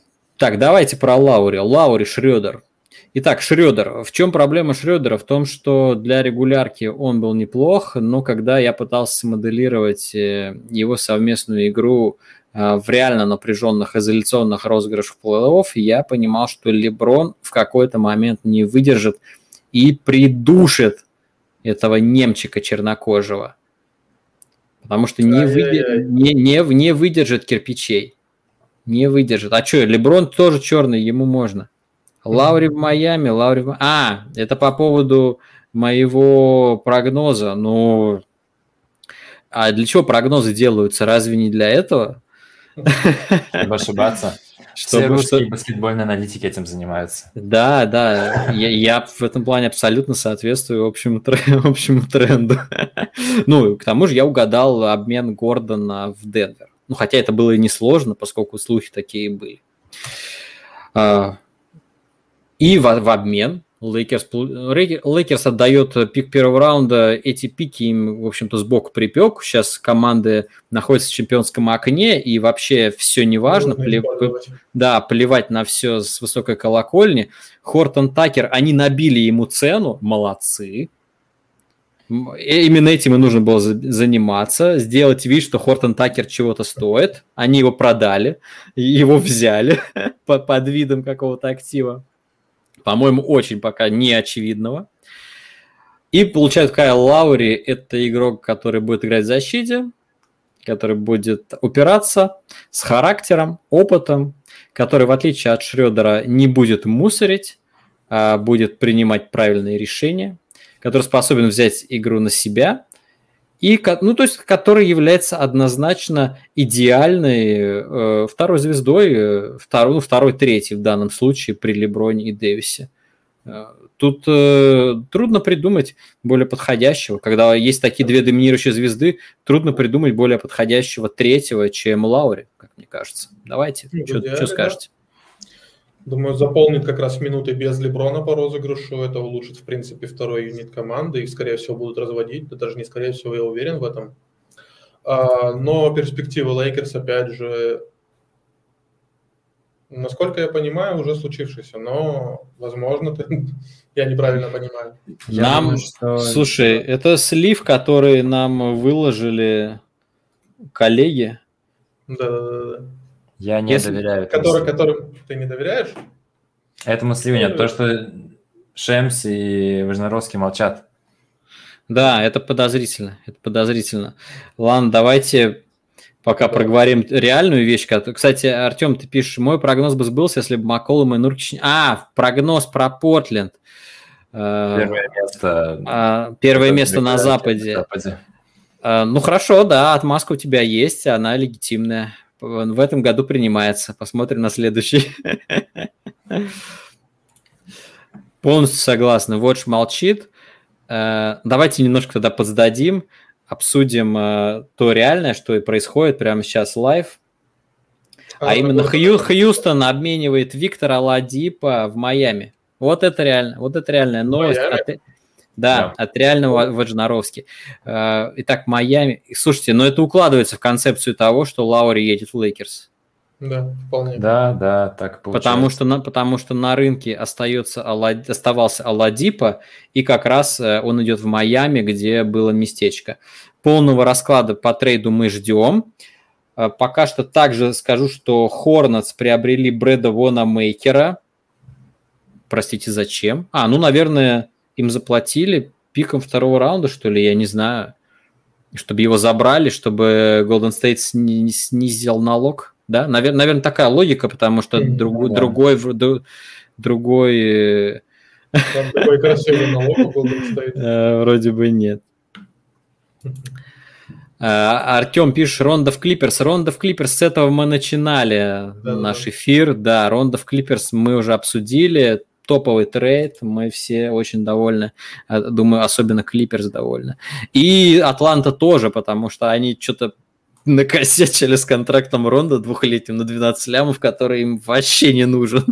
Так, давайте про Лаури. Лаури, Шрёдер. Итак, Шрёдер. В чем проблема Шрёдера? В том, что для регулярки он был неплох, но когда я пытался моделировать его совместную игру в реально напряженных изоляционных розыгрышах плей-офф, я понимал, что Леброн в какой-то момент не выдержит и придушит этого немчика чернокожего. Потому что не, выдер... не, не, не выдержит кирпичей. Не выдержит. А что, Леброн тоже черный, ему можно. Лаури в Майами, Лаури в... А, это по поводу моего прогноза. Ну, а для чего прогнозы делаются? Разве не для этого? Чтобы ошибаться. Все русские баскетбольные аналитики этим занимаются. Да, да, я, я в этом плане абсолютно соответствую общему, тренду, общему тренду. Ну, к тому же я угадал обмен Гордона в Денвер. Ну, хотя это было и несложно, поскольку слухи такие были. И в, в обмен Лейкерс, Лейкерс отдает пик первого раунда, эти пики им, в общем-то, сбоку припек. Сейчас команды находятся в чемпионском окне, и вообще все неважно. Плев... Да, плевать на все с высокой колокольни. Хортон Такер, они набили ему цену, молодцы. Именно этим и нужно было заниматься, сделать вид, что Хортон Такер чего-то стоит. Они его продали, его взяли под видом какого-то актива. По-моему, очень пока не очевидного. И получают Кайл Лаури. Это игрок, который будет играть в защите, который будет упираться с характером, опытом, который, в отличие от Шрёдера, не будет мусорить, а будет принимать правильные решения, который способен взять игру на себя, и, ну, то есть, который является однозначно идеальной э, второй звездой, э, второй, ну, второй, третий в данном случае при Леброне и Дэвисе. Э, тут э, трудно придумать более подходящего. Когда есть такие две доминирующие звезды, трудно придумать более подходящего третьего, чем Лаури, как мне кажется. Давайте, ну, что скажете? Думаю, заполнит как раз минуты без Леброна по розыгрышу. Это улучшит, в принципе, второй юнит команды. Их, скорее всего, будут разводить. Да даже не скорее всего, я уверен в этом. А, но перспективы Лейкерс, опять же, насколько я понимаю, уже случившиеся. Но, возможно, я неправильно понимаю. Нам, думаю, что... Слушай, это слив, который нам выложили коллеги. Да-да-да. Я не Если... доверяю. Который, которым ты не доверяешь? Этому сливу нет. То, что Шемс и Вожнаровский молчат. Да, это подозрительно. Это подозрительно. Ладно, давайте пока да. проговорим реальную вещь. Кстати, Артем, ты пишешь, мой прогноз бы сбылся, если бы Макколум и Нуркич... А, прогноз про Портленд. Первое место. Первое место на Западе. на Западе. Ну, хорошо, да, отмазка у тебя есть, она легитимная. В этом году принимается. Посмотрим на следующий. Полностью согласна. Watch молчит. Давайте немножко тогда подсдадим, обсудим то реальное, что и происходит прямо сейчас лайв. А, а именно Хью, Хьюстон обменивает Виктора Ладипа в Майами. Вот это реально, вот это реальная новость. От, да, да, от реального Вожнаровски. Итак, Майами. Слушайте, но это укладывается в концепцию того, что Лаури едет в Лейкерс. Да, вполне. Да, да, так получается. Потому что на, потому что на рынке остается, оставался Оладипо, и как раз он идет в Майами, где было местечко. Полного расклада по трейду мы ждем. Пока что также скажу, что Хорнетс приобрели Брэда Вонамейкера. Простите, зачем? А, ну, наверное, им заплатили пиком второго раунда, что ли, я не знаю. Чтобы его забрали, чтобы Golden State сни- снизил налог. Да, Навер- наверное, такая логика, потому что mm-hmm. друг- да. другой... другой Там такой красивый налог у Golden State. Вроде бы нет. Артем пишет, Ронда в Клиперс. Ронда в Клиперс, с этого мы начинали да, наш да. эфир. Да, Ронда в Клиперс мы уже обсудили. Топовый трейд, мы все очень довольны. Думаю, особенно Клиперс довольны. И Атланта тоже, потому что они что-то накосячили с контрактом Ронда двухлетним на двенадцать лямов, который им вообще не нужен.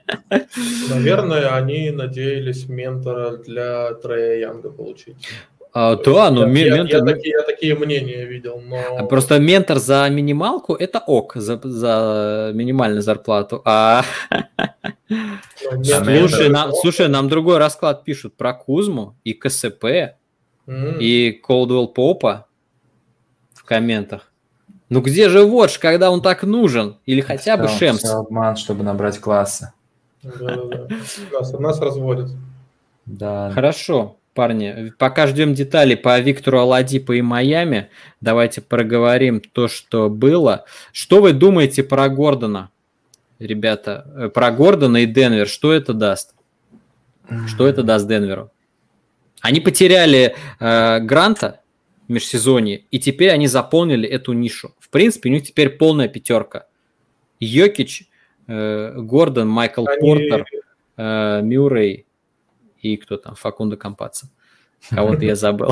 Наверное, они надеялись ментора для Трея Янга получить. А, да, но я, ми- я, ментор... я, такие, я такие мнения видел, но... Просто ментор за минималку – это ок, за, за минимальную зарплату. А но А ментор- слушай, ментор- нам, слушай, нам другой расклад пишут про Кузму и КСП, М. и Колдуэлл Попа в комментах. Ну где же Вотч, когда он так нужен? Или хотя бы Всё- Шемс? всё обман, чтобы набрать классы. Да-да-да. Нас, нас разводят. Да. Хорошо, парни, пока ждем деталей по Виктору Оладипо и Майами, давайте проговорим то, что было. Что вы думаете про Гордона, ребята? Э, Про Гордона и Денвер, что это даст? Что это даст Денверу? Они потеряли э, Гранта в межсезонье, и теперь они заполнили эту нишу. В принципе, у них теперь полная пятерка. Йокич, э, Гордон, Майкл Они- Портер, э, Мюррей и кто там, Факундо Кампаца. Кого-то я забыл.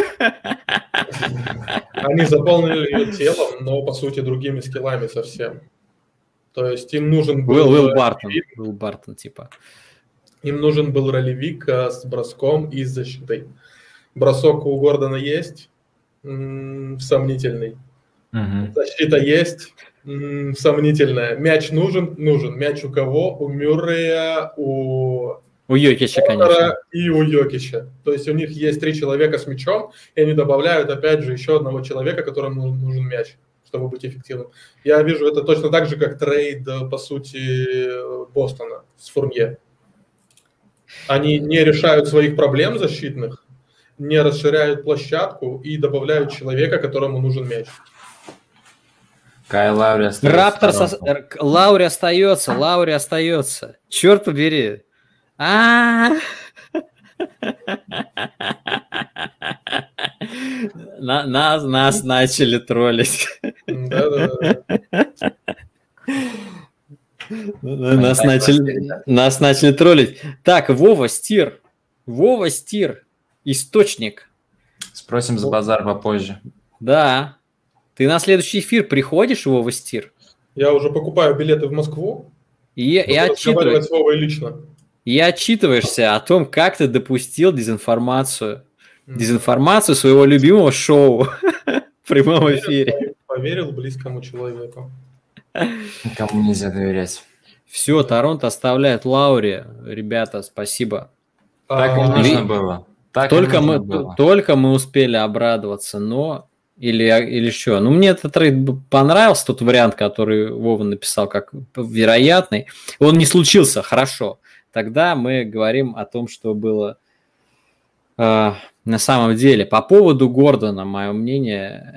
Они заполнили ее телом, но по сути другими скиллами совсем. То есть им нужен был, Уилл Уилл Бартон. Уилл Бартон, типа. им нужен был ролевик а, с броском и с защитой. Бросок у Гордона есть, м, сомнительный. Мгм. Защита есть, м, сомнительная. Мяч нужен, нужен. Мяч у кого? У Мюррея, у У Йокича, конечно. Портера и у Йокича. То есть у них есть три человека с мячом, и они добавляют опять же еще одного человека, которому нужен мяч, чтобы быть эффективным. Я вижу это точно так же, как трейд, по сути, Бостона с Фурнье. Они не решают своих проблем защитных, не расширяют площадку и добавляют человека, которому нужен мяч. Кайл Лаури остается Раптор, в со- Торонто. Р- Лаури остается, Лаури остается. Черт побери. А На- Нас, нас начали троллить. Да-да-да. Нас начали, нас начали троллить. Так, Вова Стир. Вова Стир. Источник. Спросим за базар попозже. Да. Ты на следующий эфир приходишь, Вова Стир, Я уже покупаю билеты в Москву. и, и, Буду отчитываешь, разговаривать с Вовой лично. и отчитываешься о том, как ты допустил дезинформацию. Дезинформацию своего любимого шоу в прямом эфире. Поверил близкому человеку. Никому нельзя доверять. Все, Торонто оставляет Лаури. Ребята, спасибо. Так и А, нужно Ви- было. Так и Только нужно мы, было. только мы успели обрадоваться, но... Или, или что? Ну, мне этот трейд б- понравился, тот вариант, который Вова написал как вероятный. Он не случился, хорошо. Тогда мы говорим о том, что было э, на самом деле. По поводу Гордона, мое мнение...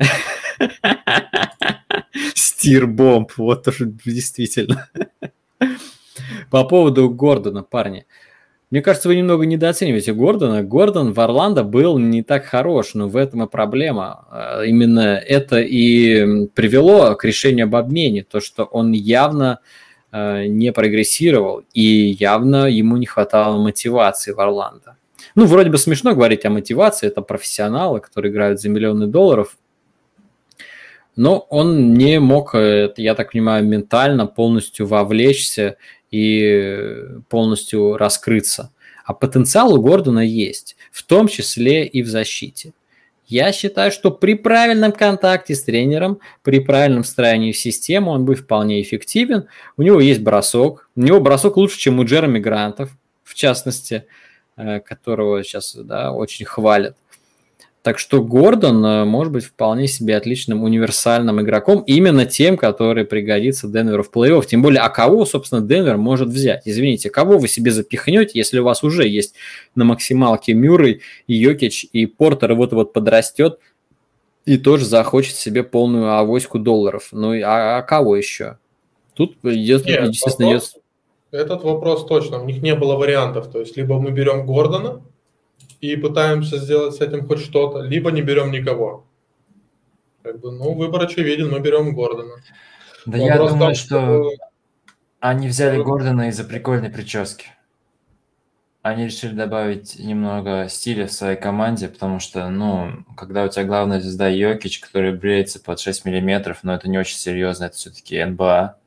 Стирбомб, вот уж действительно. По поводу Гордона, парни. Мне кажется, вы немного недооцениваете Гордона. Гордон в Орландо был не так хорош, но в этом и проблема. А, Именно это и привело к решению об обмене, то, что он явно э, не прогрессировал и явно ему не хватало мотивации в Орландо. Ну, вроде бы смешно говорить о мотивации, это профессионалы, которые играют за миллионы долларов, но он не мог, э, я так понимаю, ментально полностью вовлечься и полностью раскрыться. А потенциал у Гордона есть, в том числе и в защите. Я считаю, что при правильном контакте с тренером, при правильном встраивании в систему он будет вполне эффективен. У него есть бросок. У него бросок лучше, чем у Джереми Грантов, в частности, э, которого сейчас, да, очень хвалят. Так что Гордон э, может быть вполне себе отличным универсальным игроком, именно тем, который пригодится Денверу в плей-офф. Тем более, а кого, собственно, Денвер может взять? Извините, кого вы себе запихнете, если у вас уже есть на максималке Мюррей, и Йокич, и Портер, и вот-вот подрастет, и тоже захочет себе полную авоську долларов. Ну, и- а, а кого еще? Тут, идет, Нет, естественно, идет... вопрос- Этот вопрос точно. У них не было вариантов. То есть, либо мы берем Гордона и пытаемся сделать с этим хоть что-то, либо не берем никого. Как бы, ну, выбор очевиден, мы берем Гордона. Да я Вопрос в думаю, том, что они взяли Что- Гордона из-за прикольной прически. Они решили добавить немного стиля в своей команде, потому что, ну, когда у тебя главная звезда Йокич, который бреется под шесть миллиметров, но это не очень серьезно, это все-таки эн бэ а.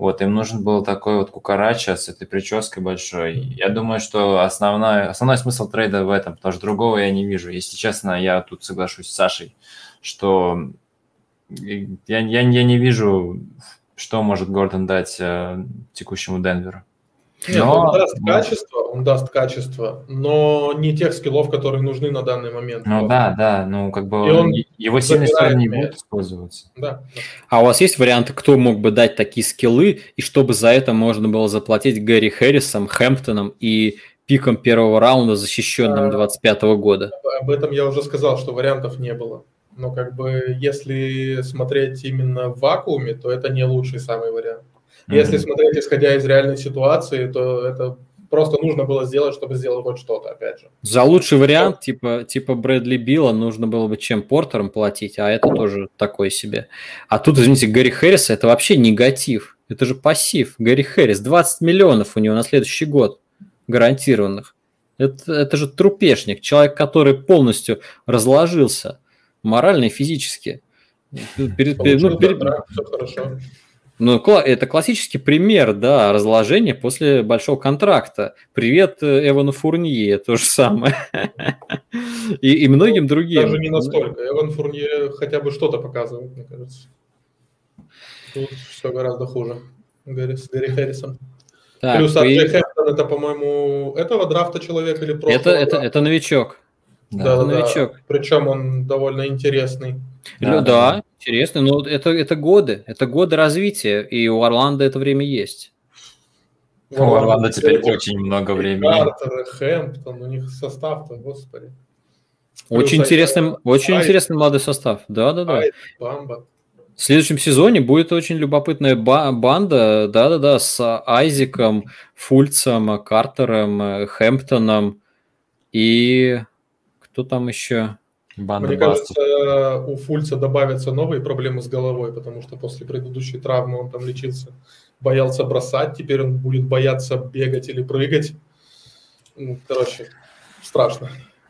Вот, им нужен был такой вот кукарача с этой прической большой. Я думаю, что основной, основной смысл трейда в этом, потому что другого я не вижу. Если честно, я тут соглашусь с Сашей, что я, я, я не вижу, что может Гордон дать э, текущему Денверу. Нет, но... он даст качество, он даст качество, но не тех скиллов, которые нужны на данный момент. Ну да, да, ну как бы и он его сильные стороны не будут использоваться. Да. А у вас есть варианты, кто мог бы дать такие скиллы, и чтобы за это можно было заплатить Гэри Хэррисом, Хэмптоном и пиком первого раунда, защищенным а, двадцать пятого года? Об этом я уже сказал, что вариантов не было. Но как бы если смотреть именно в вакууме, то это не лучший самый вариант. Если mm-hmm. смотреть, исходя из реальной ситуации, то это просто нужно было сделать, чтобы сделать хоть что-то, опять же. За лучший вариант, вот. типа, типа Брэдли Билла, нужно было бы чем Портером платить, а это тоже такое себе. А тут, извините, Гэри Хэррис – это вообще негатив. Это же пассив. Гэри Хэррис, двадцать миллионов у него на следующий год гарантированных. Это, это же трупешник, человек, который полностью разложился морально и физически. Перед, Получил, ну, перед... да, все хорошо. Ну, это классический пример, да, разложения после большого контракта. Привет Эвану Фурнье, то же самое. и, и многим другим. Даже не настолько. Эван Фурнье хотя бы что-то показывает, мне кажется. Тут все гораздо хуже. С Гэри Хэррисом. Так, Плюс Арджей и... Хэмптон, это, по-моему, этого драфта человек или просто? Это, это, это новичок. Да, да, это новичок. Да. Причем он довольно интересный. Да, да, да, интересно, но это, это годы, это годы развития, и у Орландо это время есть. У Орландо теперь очень много времени. Картер, Хэмптон, у них состав-то, господи. Очень Плюс интересный, Айда, очень Айда, интересный молодой состав, да-да-да. Айда, Бамба. В следующем сезоне будет очень любопытная банда, да-да-да, с Айзеком, Фульцем, Картером, Хэмптоном и кто там еще? Банда Мне Баста. Кажется, у Фульца добавятся новые проблемы с головой, потому что после предыдущей травмы он там лечился, боялся бросать, теперь он будет бояться бегать или прыгать. Короче, страшно.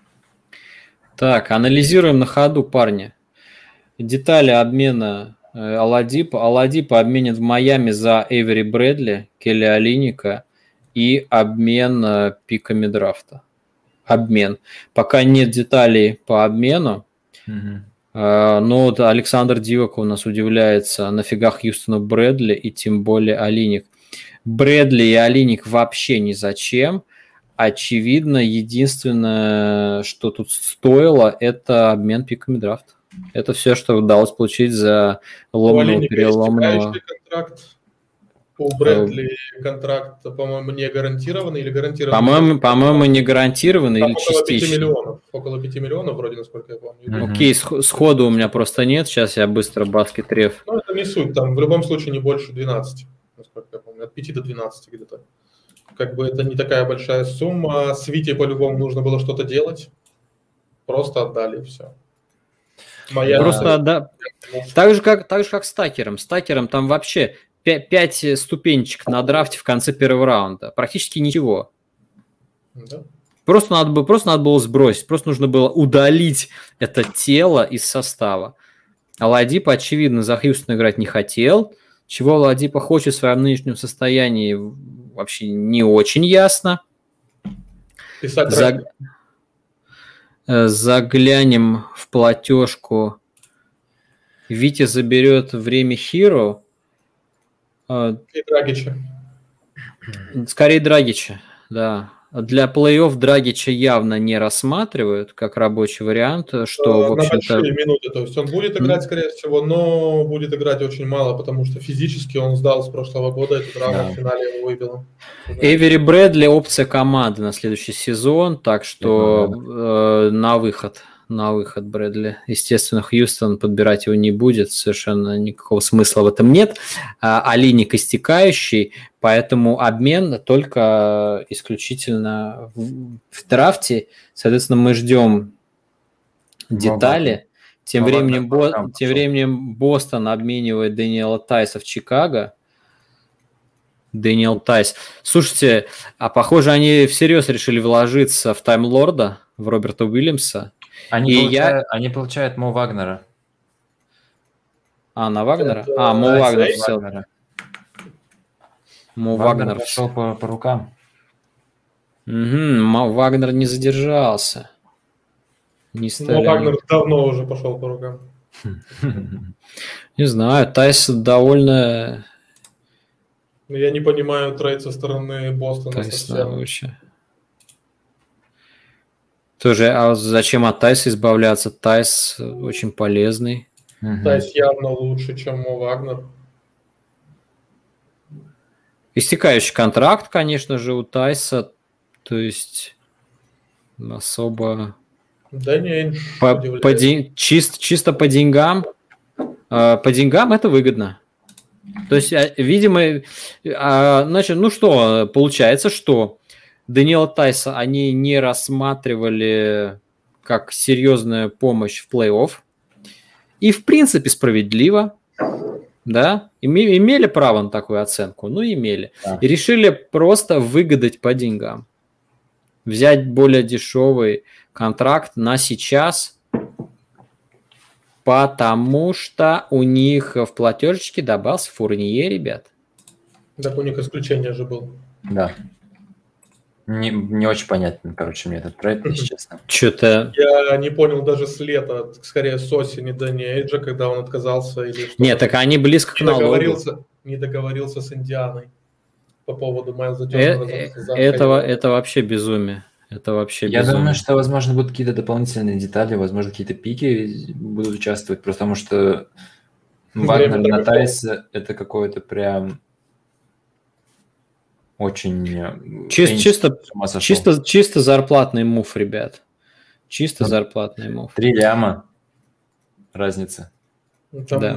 Так, анализируем на ходу, парни. Детали обмена Аладипа. Аладипа обменят в Майами за Эйвери Брэдли, Келли Олиника и обмен пиками драфта. Обмен. Пока нет деталей по обмену, mm-hmm. но вот Александр Дивак у нас удивляется, нафига Хьюстону Брэдли и тем более Олиник. Брэдли и Олиник вообще ни зачем. Очевидно, единственное, что тут стоило, это обмен пиками драфта. Это все, что удалось получить за ломаного переломного. Контракт. У Брэдли контракт, по-моему, не гарантированный или гарантированный? По-моему, по-моему не гарантированный или около частично. пяти миллионов. Около пяти миллионов, вроде, насколько я помню. Mm-hmm. Окей, сходу у меня просто нет. Сейчас я быстро баскет реф. Ну, это не суть. Там в любом случае не больше двенадцати, насколько я помню. От пяти до двенадцати где-то. Как бы это не такая большая сумма. С Витей по-любому нужно было что-то делать. Просто отдали, и все. Моя... Просто отда... так же, как, так же, как с Такером. С Такером там вообще... Пять ступенечек на драфте в конце первого раунда. Практически ничего. Да. Просто, надо было, просто надо было сбросить. Просто нужно было удалить это тело из состава. Аладипа, очевидно, за Хьюстон играть не хотел. Чего Аладипа хочет в своем нынешнем состоянии, вообще не очень ясно. Заг... Заглянем в платежку. Витя заберет время Хиро. И Драгича. Скорее Драгича, да. Для плей-офф Драгича явно не рассматривают как рабочий вариант, что, в общем-то... На большие минуты, то есть он будет играть, скорее всего, но будет играть очень мало, потому что физически он сдал с прошлого года, эту травму да. в финале его выбило. Эйвери Брэдли опция команды на следующий сезон, так что э, на выход. На выход Брэдли. Естественно, Хьюстон подбирать его не будет, совершенно никакого смысла в этом нет. Олиник истекающий, поэтому обмен только исключительно в, в драфте. Соответственно, мы ждем детали. Тем временем, Бо... Тем временем Бостон обменивает Дэниела Тайса в Чикаго. Дэниел Тайс. Слушайте, а похоже, они всерьез решили вложиться в Таймлорда, в Роберта Уильямса. Они, получают, я... они получают Мо Вагнера. А, на Вагнера? Это... А, Мо Вагнер все. Мо Вагнер Вагнер. пошел по, по рукам. Угу, Мо Вагнер не задержался. Не Но стали Вагнер они- давно уже пошел по рукам. Не знаю, Тайс довольно... Но я не понимаю трейд со стороны Бостона Тайс совсем. вообще. Тоже, а зачем от Тайса избавляться? Тайс очень полезный. Мгм. Тайс явно лучше, чем Мо Вагнер. Истекающий контракт, конечно же, у Тайса. То есть особо... Да не, По, удивляюсь. по ден- чис- чисто по деньгам, э, по деньгам это выгодно. То есть, а, видимо, а, значит, ну что, получается, что Дэниела Тайса они не рассматривали как серьезную помощь в плей-офф. И, в принципе, справедливо, да, Име- имели право на такую оценку, ну, имели. Да. И решили просто выгадать по деньгам. Взять более дешевый контракт на сейчас, потому что у них в платежечке добавился Фурнье, ребят. Так у них исключение же был. Да. Не, не очень понятен, короче, мне этот трейд, если честно. Что-то... Я не понял даже с лета, скорее с осени Дэнни Эйджа, когда он отказался или что. Нет, так они близко к не налогу. договорился, не договорился с Индианой по поводу Майлза Э- Тернера. э- за- за Этого, Хайла. это вообще безумие. Это вообще Я безумие. думаю, что, возможно, будут какие-то дополнительные детали, возможно, какие-то пики будут участвовать, потому что Вагнер Время на так и Тайсе – это какое-то прям очень... э, Чис- Эйнш чисто, с ума сошел. чисто, чисто зарплатный мув, ребят. Чисто Ну, зарплатный мув. Три ляма разница. Там, Да.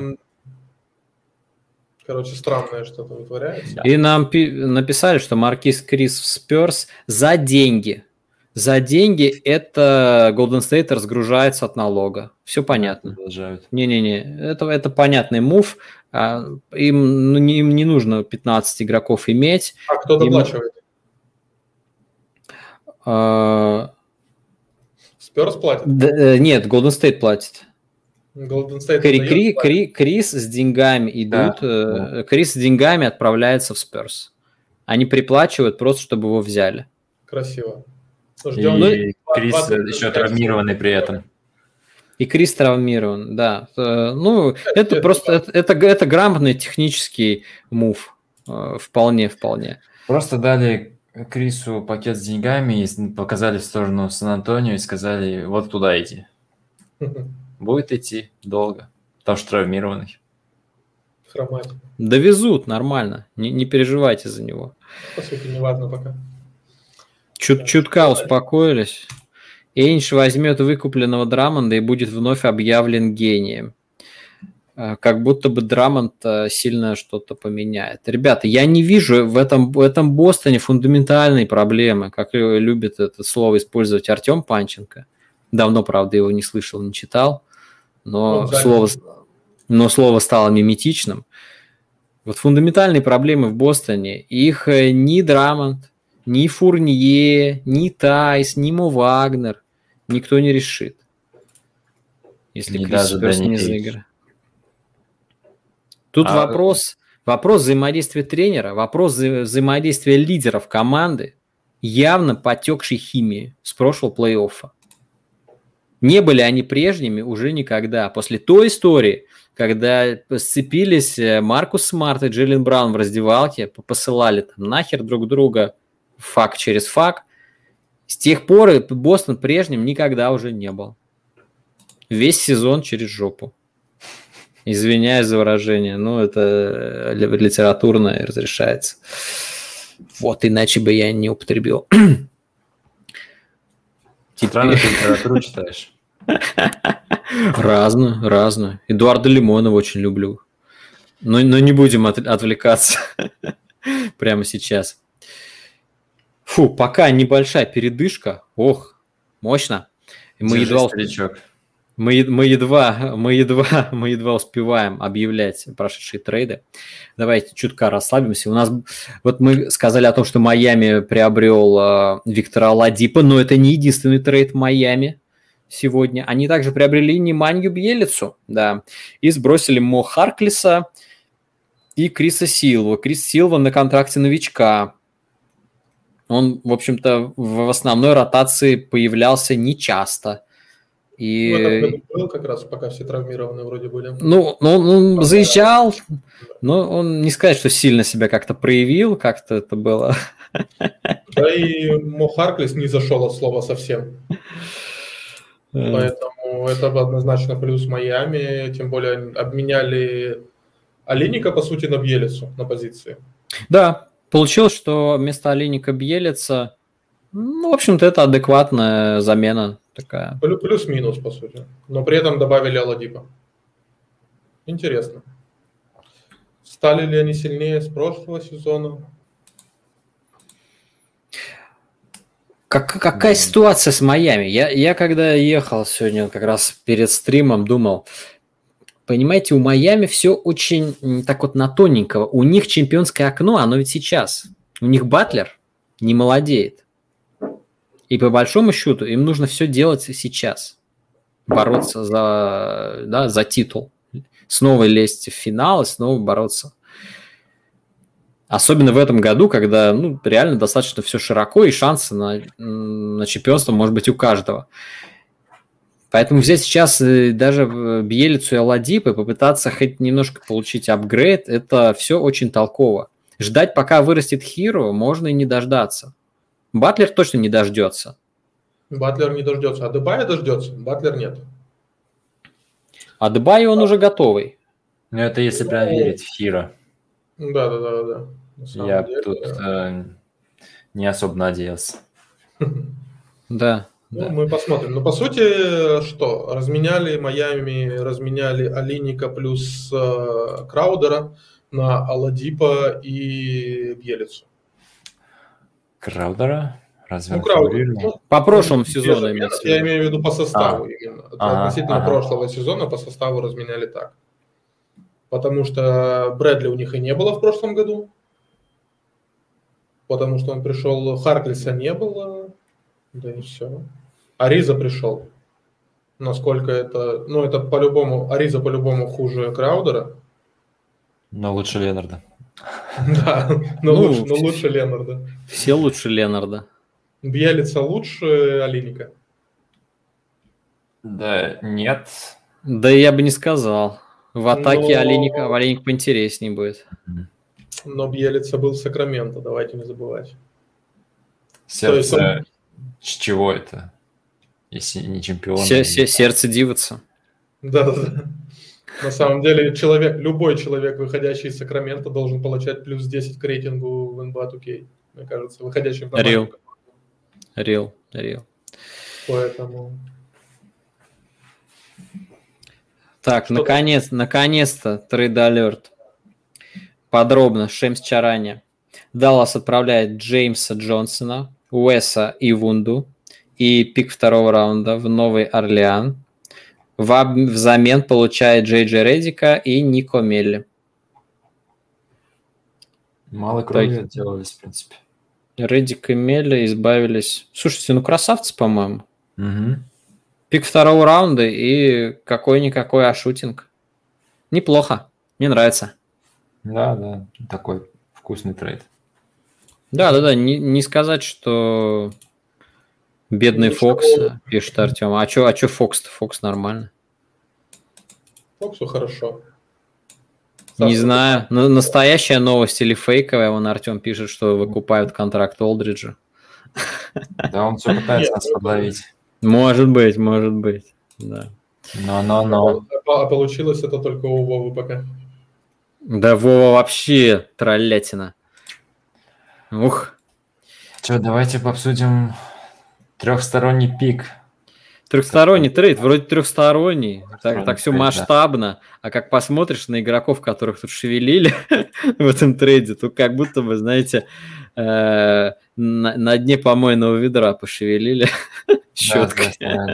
короче, странное что-то вытворяется. Да. И нам пи- написали, что Маркис Крис в Спёрс за деньги. За деньги это Golden State разгружается от налога. Все понятно. Продолжают. Не-не-не, это, это понятный мув. А, Им, ну, не, им не нужно пятнадцать игроков иметь. А кто Им- доплачивает? А, Сперс платит? д- э, нет, Golden State платит. Golden State Кри- дает Кри- платит? Кри- Крис с деньгами идут. Да, э, Крис с деньгами отправляется в Спёрс. Они приплачивают просто, чтобы его взяли. Красиво. И Ждем. Крис двадцать еще пять травмированный при этом. И Крис травмирован, да. Э, Ну, это это просто, да. это, это, это грамотный технический мув. Э, Вполне, вполне. Просто дали Крису пакет с деньгами и с- показали в сторону Сан-Антонио и сказали, вот туда иди. Будет идти долго, потому что травмированный. Хромать. Довезут нормально, не, не переживайте за него. По сути, не важно пока. Чут, Да. чутка успокоились. Эйнш возьмет выкупленного Драмонда и будет вновь объявлен гением. Э, Как будто бы Драмонд э, сильно что-то поменяет. Ребята, я не вижу в этом, в этом Бостоне фундаментальной проблемы, как лю- любит это слово использовать Артем Панченко. Давно, правда, его не слышал, не читал, но Он занят. слово, но слово стало миметичным. Вот фундаментальные проблемы в Бостоне, их э, ни Драмонд, ни Фурнье, ни Тайс, ни Мо Вагнер никто не решит. Если Ни Крис даже Спёрс Дэнни не Эйдж. заиграет. Тут А- вопрос, вопрос взаимодействия тренера, вопрос вза- взаимодействия лидеров команды, явно потекшей химии с прошлого плей-оффа. Не были они прежними уже никогда. После той истории, когда сцепились э, Маркус Смарт и Джейлен Браун в раздевалке, посылали там нахер друг друга, фак через фак, с тех пор и Бостон прежним никогда уже не был. Весь сезон через жопу. Извиняюсь за выражение, но это э, ли- литературно и разрешается. Вот, иначе бы я не употребил. Странно, ты литературу читаешь. Разную, разную. Эдуарда Лимонова очень люблю. Но, но не будем от- отвлекаться прямо сейчас. Фу, пока небольшая передышка. Ох, мощно. Мы Держи, едва, старичок. мы, е- мы, едва, мы, едва, мы едва успеваем объявлять прошедшие трейды. Давайте чутка расслабимся. У нас вот мы сказали о том, что Майами приобрел э, Виктора Ладипа, но это не единственный трейд Майами сегодня. Они также приобрели Неманью Бьелицу, да, и сбросили Мо Харклиса. и Криса Силва. Крис Силва на контракте новичка. Он, в общем-то, в основной ротации появлялся нечасто. И... Ну, это году был как раз, пока все травмированы вроде были. Ну, ну он заезжал, но он не сказать, что сильно себя как-то проявил, как-то это было. Да и Мо Харклес не зашел от слова совсем. Поэтому это однозначно плюс Майами, тем более обменяли Олейника, по сути, на Бьелицу на позиции. Да, получилось, что вместо Олейника Бьелица, ну, в общем-то, это адекватная замена такая. Плюс-минус, по сути. Но при этом добавили Оладипа. Интересно. Стали ли они сильнее с прошлого сезона? Как, какая ситуация с Майами? Я, я когда ехал сегодня как раз перед стримом, думал, понимаете, у Майами все очень так вот на тоненького. У них чемпионское окно, оно ведь сейчас. У них Батлер не молодеет. И по большому счету им нужно все делать сейчас. Бороться за, да, за титул. Снова лезть в финал и снова бороться. Особенно в этом году, когда ну, реально достаточно все широко, и шансы на, на чемпионство может быть у каждого. Поэтому взять сейчас даже Бьелицу и Оладипа и попытаться хоть немножко получить апгрейд, это все очень толково. Ждать, пока вырастет Хиро, можно и не дождаться. Батлер точно не дождется. Батлер не дождется. А Дебая дождется, Батлер нет. А Дебай он уже готовый. Ну, это если прям верить в Хиро. Да, да, да, да. Я деле, тут да. э, не особо надеялся. Да. Ну, да. Мы посмотрим. Но по сути, что? Разменяли Майами, разменяли Олейника плюс э, Краудера на Оладипа и Бьелицу. Краудера? Разве ну, Краудер, ну, по прошлому сезону имеется. Я имею в виду по составу а. именно. Ага, Относительно ага. прошлого сезона по составу разменяли так. Потому что Брэдли у них и не было в прошлом году. Потому что он пришел, Харклиса не было. Да и все. Ариза пришел. Насколько это... Ну, это по-любому... Ариза по-любому хуже Краудера. Но лучше Ленарда. Да, но лучше Ленарда. Все лучше Ленарда. Бьелица лучше Олейника? Да, нет. Да я бы не сказал. В атаке Но... Олейник, Олейник поинтереснее будет. Но Бьелица был в Сакраменто, давайте не забывать. Сердце... Он... С чего это? Если не чемпион? Се- се- сердце дивится. Да-да-да. На самом деле, человек, любой человек, выходящий из Сакрамента, должен получать плюс десять к рейтингу в эн би эй ту кей. Мне кажется, выходящим в Рил. Рил. Рил. Поэтому... Так, Что наконец, наконец-то трейд-алерт. Подробно, Шемс Чарани. Даллас отправляет Джеймса Джонсона, Уэса и Вунду и пик второго раунда в Новый Орлеан. В взамен получает Джей Джей Реддика и Нико Мелли. Мало крови так. Делались, в принципе. Реддик и Мелли избавились. Слушайте, ну красавцы, по-моему. Угу. Пик второго раунда и какой-никакой ашутинг. Неплохо. Мне нравится. Да, да. Такой вкусный трейд. Да, да, да. Не, не сказать, что бедный ну, Фокс, что... пишет Артем. А что а чё Фокс-то? Фокс нормально. Фоксу хорошо. Саша, не знаю. На- настоящая новость или фейковая? Вон Артем пишет, что выкупают контракт Олдриджа. Да, он все пытается нас подловить. Может быть, может быть, да. Но, но, но. А получилось это только у Вовы пока. Да, Вова вообще троллятина. Ух. Что, давайте обсудим трехсторонний пик. Трехсторонний трейд, вроде трехсторонний, так, так все масштабно, да. А как посмотришь на игроков, которых тут шевелили в этом трейде, то как будто бы, знаете, э, на, на дне помойного ведра пошевелили щеткой.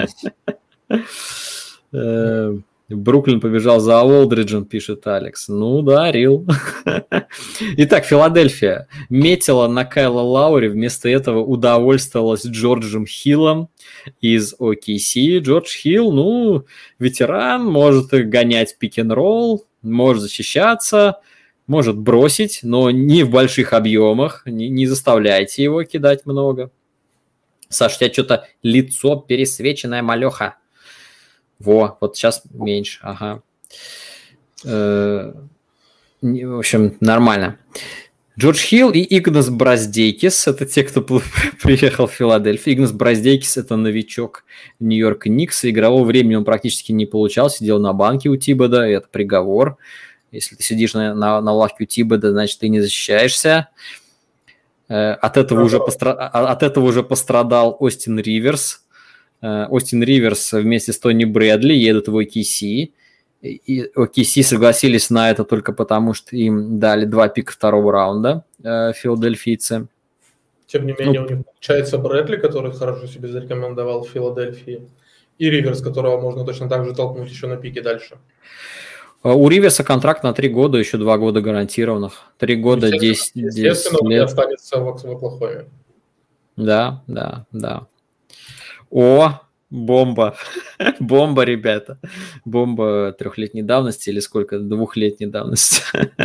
Бруклин побежал за Олдриджем, пишет Алекс. Ну да, Рил. Итак, Филадельфия метила на Кайла Лаури, вместо этого удовольствовалась Джорджем Хиллом из о кей си. Джордж Хилл, ну, ветеран, может гонять пик-н-ролл, может защищаться, может бросить, но не в больших объемах, не, не заставляйте его кидать много. Саш, у тебя что-то лицо пересвеченное, малеха. Во, вот сейчас меньше, ага. Э, в общем, нормально. Джордж Хилл и Игнас Браздейкис – это те, кто приехал в Филадельфию. Игнас Браздейкис – это новичок Нью-Йорк Никс. Игрового времени он практически не получал, сидел на банке у Тибода, и это приговор. Если ты сидишь на, на, на лавке у Тибода, значит, ты не защищаешься. От этого, уже постра... От этого уже пострадал Остин Риверс. Остин Риверс вместе с Тони Брэдли едут в о кей си. И о кей си согласились на это только потому, что им дали два пика второго раунда э, филадельфийцы. Тем не менее, ну, у них получается Брэдли, который хорошо себе зарекомендовал в Филадельфии, и Риверс, которого можно точно так же толкнуть еще на пике дальше. У Риверса контракт на три года, еще два года гарантированных. Три года, десять лет. Естественно, он не останется в Оклахоме. Да, да, да. О, бомба. Бомба, ребята. Бомба трехлетней давности или сколько? Двухлетней давности.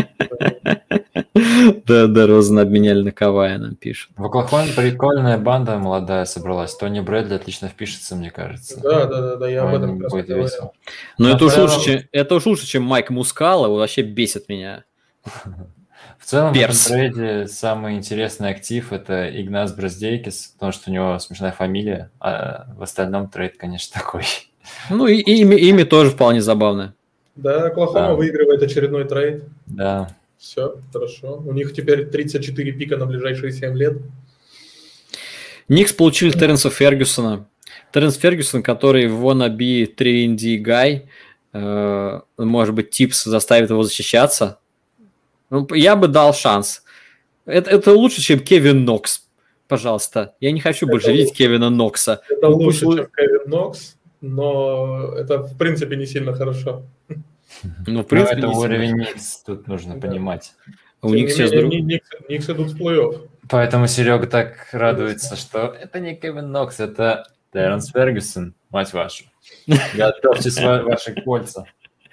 Да, да, Розен обменяли на Кавая, нам пишут. В Оклахоме прикольная банда молодая собралась. Тони Брэдли отлично впишется, мне кажется. Да, да, да, да, я об этом как раз говорил. Но это уж лучше, чем, это уж лучше, чем Майк Мускала, он вообще бесит меня. В целом, Перс. В этом трейде самый интересный актив – это Игнас Браздейкис, потому что у него смешная фамилия, а в остальном трейд, конечно, такой. Ну, и имя, имя тоже вполне забавное. Да, Оклахома да. выигрывает очередной трейд. Да. Все, хорошо. У них теперь тридцать четыре пика на ближайшие семь лет. Никс получили Терренса Фергюсона. Терренс Фергюсон, который в wannabe три энд ди гай, э, может быть, Типс заставит его защищаться. Ну, я бы дал шанс. Это, это лучше, чем Кевин Нокс. Пожалуйста. Я не хочу это больше лучше. видеть Кевина Нокса. Это ну, лучше, пусть... чем Кевин Нокс, но это, в принципе, не сильно хорошо. Ну, в принципе, это уровень Никс, тут нужно да. понимать. У Никс друг... Никс идут в плей-офф. Поэтому Серега так радуется, что это не Кевин Нокс, это Терренс Фергюсон, мать вашу. Готовьте ваши кольца.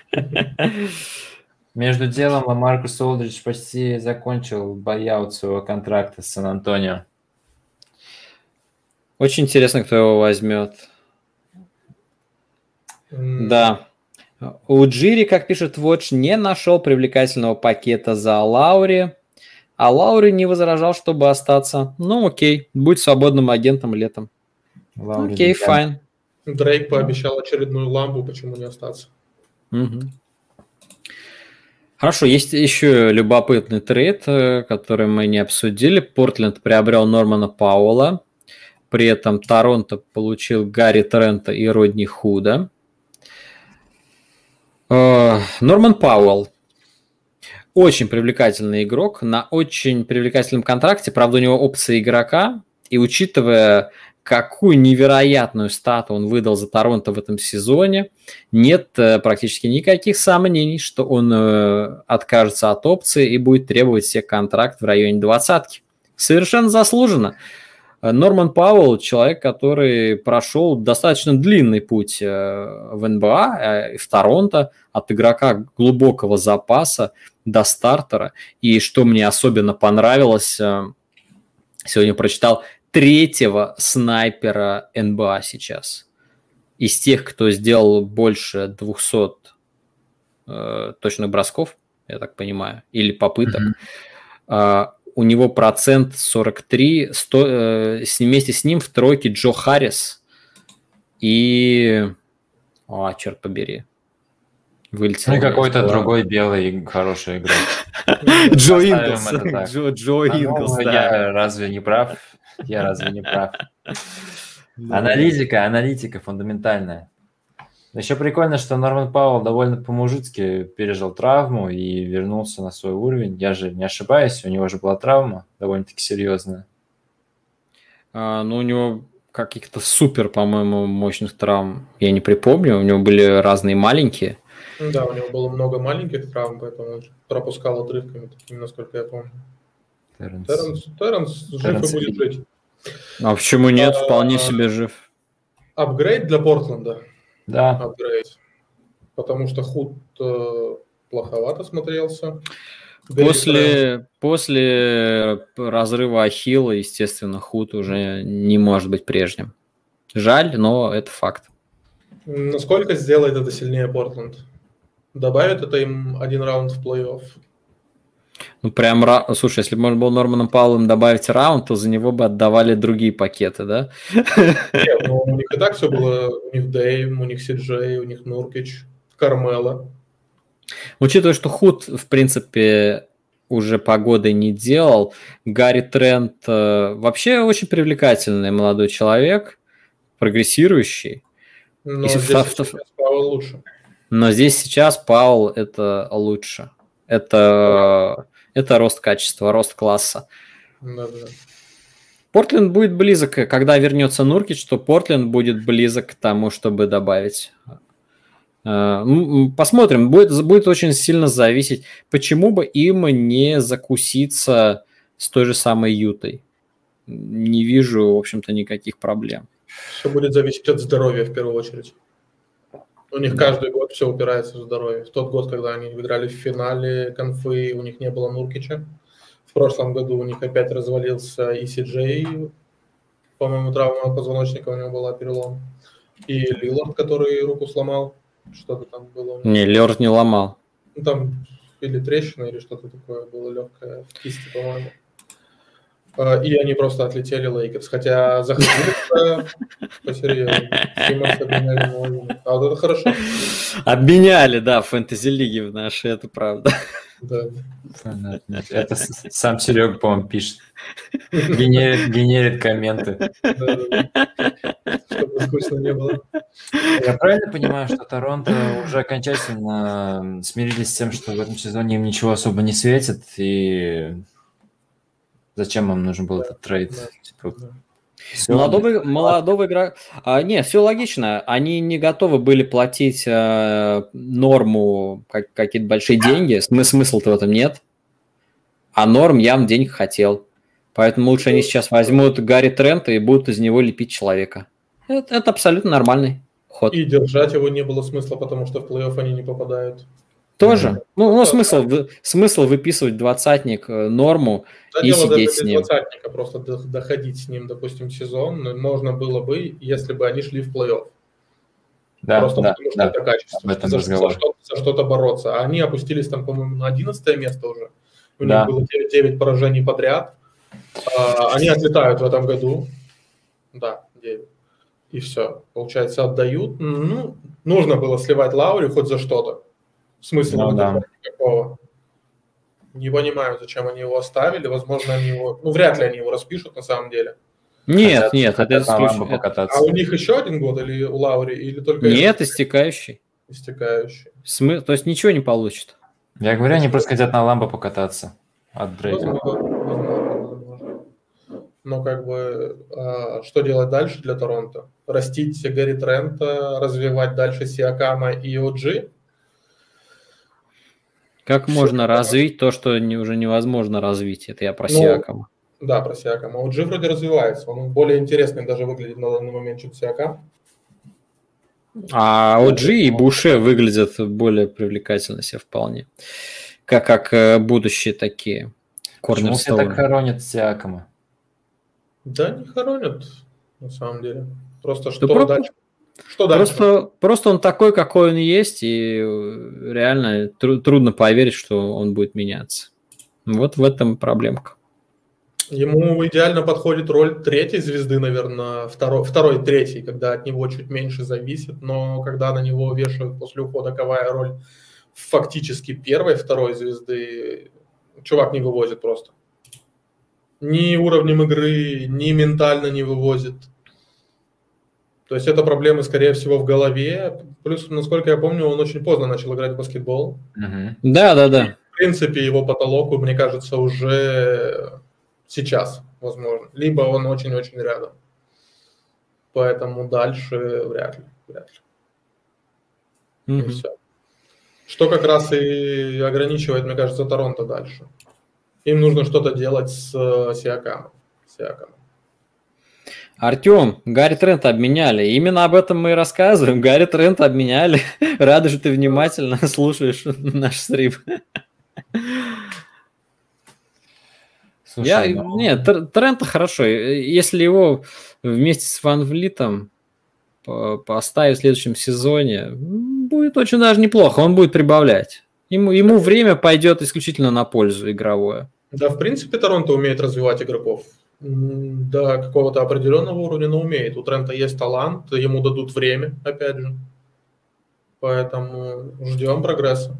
Между делом Ламаркус Олдридж почти закончил байаут своего контракта с Сан-Антонио. Очень интересно, кто его возьмет. Mm. Да. У Джири, как пишет Watch, не нашел привлекательного пакета за Лаури, а Лаури не возражал, чтобы остаться. Ну, окей, будь свободным агентом летом. Лаури окей, файн. Дрейк пообещал очередную ламбу, почему не остаться? Угу. Хорошо, есть еще любопытный трейд, который мы не обсудили. Портленд приобрел Нормана Пауэлла, при этом Торонто получил Гарри Трента и Родни Худа. Норман Пауэлл очень привлекательный игрок на очень привлекательном контракте, правда у него опция игрока, и учитывая, какую невероятную стату он выдал за Торонто в этом сезоне, нет практически никаких сомнений, что он откажется от опции и будет требовать себе контракт в районе двадцатки. Совершенно заслуженно. Норман Пауэлл – человек, который прошел достаточно длинный путь в эн бэ а, в Торонто, от игрока глубокого запаса до стартера. И что мне особенно понравилось, сегодня прочитал, третьего снайпера эн бэ а сейчас. Из тех, кто сделал больше двухсот э, точных бросков, я так понимаю, или попыток, mm-hmm. э, у него процент сорок три, сто, э, вместе с ним в тройке Джо Харрис и... О, черт побери. Вылетел. Ну, какой-то другой белый хороший игрок. Джо Инглс. Джо Инглс, да. Я разве не прав? Я разве не прав? Аналитика, аналитика фундаментальная. Еще прикольно, что Норман Пауэлл довольно по-мужицки пережил травму и вернулся на свой уровень. Я же не ошибаюсь, у него же была травма довольно-таки серьезная. А, ну, у него каких-то супер, по-моему, мощных травм я не припомню. У него были разные маленькие. Да, у него было много маленьких травм, поэтому он пропускал отрывками, такими, насколько я помню. Терренс, Терренс, Терренс жив Терренс и будет жить. А почему нет? А, Вполне себе жив. Апгрейд для Портленда. Да. Апгрейд. Потому что Худ э, плоховато смотрелся. После, после разрыва ахилла, естественно, Худ уже не может быть прежним. Жаль, но это факт. Насколько сделает это сильнее Портленд? Добавит это им один раунд в плей-офф? Ну, прям, слушай, если бы можно было Норманом Паулом добавить раунд, то за него бы отдавали другие пакеты, да? Нет, ну у них и так все было. У них Дэйм, у них Си Джей, у них Нуркич, Кармело. Учитывая, что Худ, в принципе, уже погоды не делал, Гарри Трент э, вообще очень привлекательный молодой человек, прогрессирующий. Но здесь сейчас Паул лучше. Но здесь сейчас Паул это лучше. Это, это рост качества, рост класса. Да, да. Портленд будет близок, когда вернется Нуркич, то Портленд будет близок к тому, чтобы добавить. Посмотрим, будет, будет очень сильно зависеть, почему бы им не закуситься с той же самой Ютой. Не вижу, в общем-то, никаких проблем. Все будет зависеть от здоровья в первую очередь. У них да. Каждый год все упирается в здоровье. В тот год, когда они играли в финале конфы, у них не было Нуркича. В прошлом году у них опять развалился и Си Джей, по-моему, травма позвоночника у него была, перелом. И Лилард, который руку сломал. Что-то там было. Не, Лилард не ломал. Ну, там или трещина, или что-то такое было легкое в кисти, по-моему. И они просто отлетели Лейкерс. Хотя заходили посерьезнее. А вот это хорошо. Обменяли, да, в фэнтези-лиге в нашей, это правда. Да. Это сам Серега, по-моему, пишет. Генерит, генерит комменты. Да, да. Чтобы скучно не было. Я правильно понимаю, что Торонто уже окончательно смирились с тем, что в этом сезоне им ничего особо не светит, и зачем им нужен был этот трейд? Да. Типа, Да. Молодого, молодого игрока... А, нет, все логично. Они не готовы были платить э, норму как, какие-то большие деньги. Смы- смысла-то в этом нет. А норм явно денег хотел. Поэтому лучше они сейчас возьмут Гарри Трента и будут из него лепить человека. Это, это абсолютно нормальный ход. И держать его не было смысла, потому что в плей-офф они не попадают. Тоже. Mm-hmm. Ну, ну смысл, в, смысл выписывать двадцатник норму да, и сидеть с ним. двадцатника, просто доходить с ним, допустим, сезон можно было бы, если бы они шли в плей-офф. Да, просто да, потому что да, это качество. За, за, что, за что-то бороться. А они опустились там, по-моему, на одиннадцатое место уже. У да. них было девять, девять поражений подряд. А, они отлетают в этом году. Да, девять. И все. Получается, отдают. Ну, нужно было сливать Лаури хоть за что-то. Смысла ну, да. никакого. Не понимаю, зачем они его оставили. Возможно, они его... Ну, вряд ли они его распишут на самом деле. Нет, хотят, нет, хотят это исключительно. А у них еще один год или у Лаури? Или только нет, это? Истекающий. Истекающий. Смы... То есть ничего не получит. Я говорю, они просто хотят на Ламбо покататься от Дрейка. Но как бы, а, что делать дальше для Торонто? Растить Гарри Трента, развивать дальше Сиакама и О Джи? Как что можно развить то, что не, уже невозможно развить? Это я про ну, Сиакама. Да, про Сиакама. О Джи вроде развивается. Он более интересный даже выглядит на данный момент, чем Сиакам. А О Джи и Буше выглядят более привлекательно себе вполне. Как, как будущие такие. Почему все так хоронят Сиакама? Да, не хоронят, на самом деле. Просто что да дальше? Что просто, дальше? Просто он такой, какой он есть, и реально тру- трудно поверить, что он будет меняться. Вот в этом проблемка. Ему идеально подходит роль третьей звезды, наверное, второй, второй, третий, когда от него чуть меньше зависит, но когда на него вешают после ухода Кавая роль фактически первой, второй звезды, чувак не вывозит просто. Ни уровнем игры, ни ментально не вывозит. То есть это проблемы, скорее всего, в голове. Плюс, насколько я помню, он очень поздно начал играть в баскетбол. Uh-huh. Да, да, да. В принципе, его потолок, мне кажется, уже сейчас, возможно. Либо он очень-очень рядом. Поэтому дальше вряд ли. Вряд ли. Uh-huh. И все. Что как раз и ограничивает, мне кажется, Торонто дальше. Им нужно что-то делать с Сиакамом. Сиакамом. Артем, Гарри Трента обменяли. Именно об этом мы и рассказываем. Гарри Трента обменяли. Рады, что ты внимательно слушаешь наш стрим. Слушай, Я, ну, нет, Тр- Трента хорошо. Если его вместе с Ван Влитом по- поставить в следующем сезоне, м, будет очень даже неплохо. Он будет прибавлять. Ему, ему время пойдет исключительно на пользу игровое. Да, в принципе, Торонто умеет развивать игроков. М, До какого-то определенного уровня, но умеет. У Трента есть талант, ему дадут время, опять же. Поэтому ждем прогресса.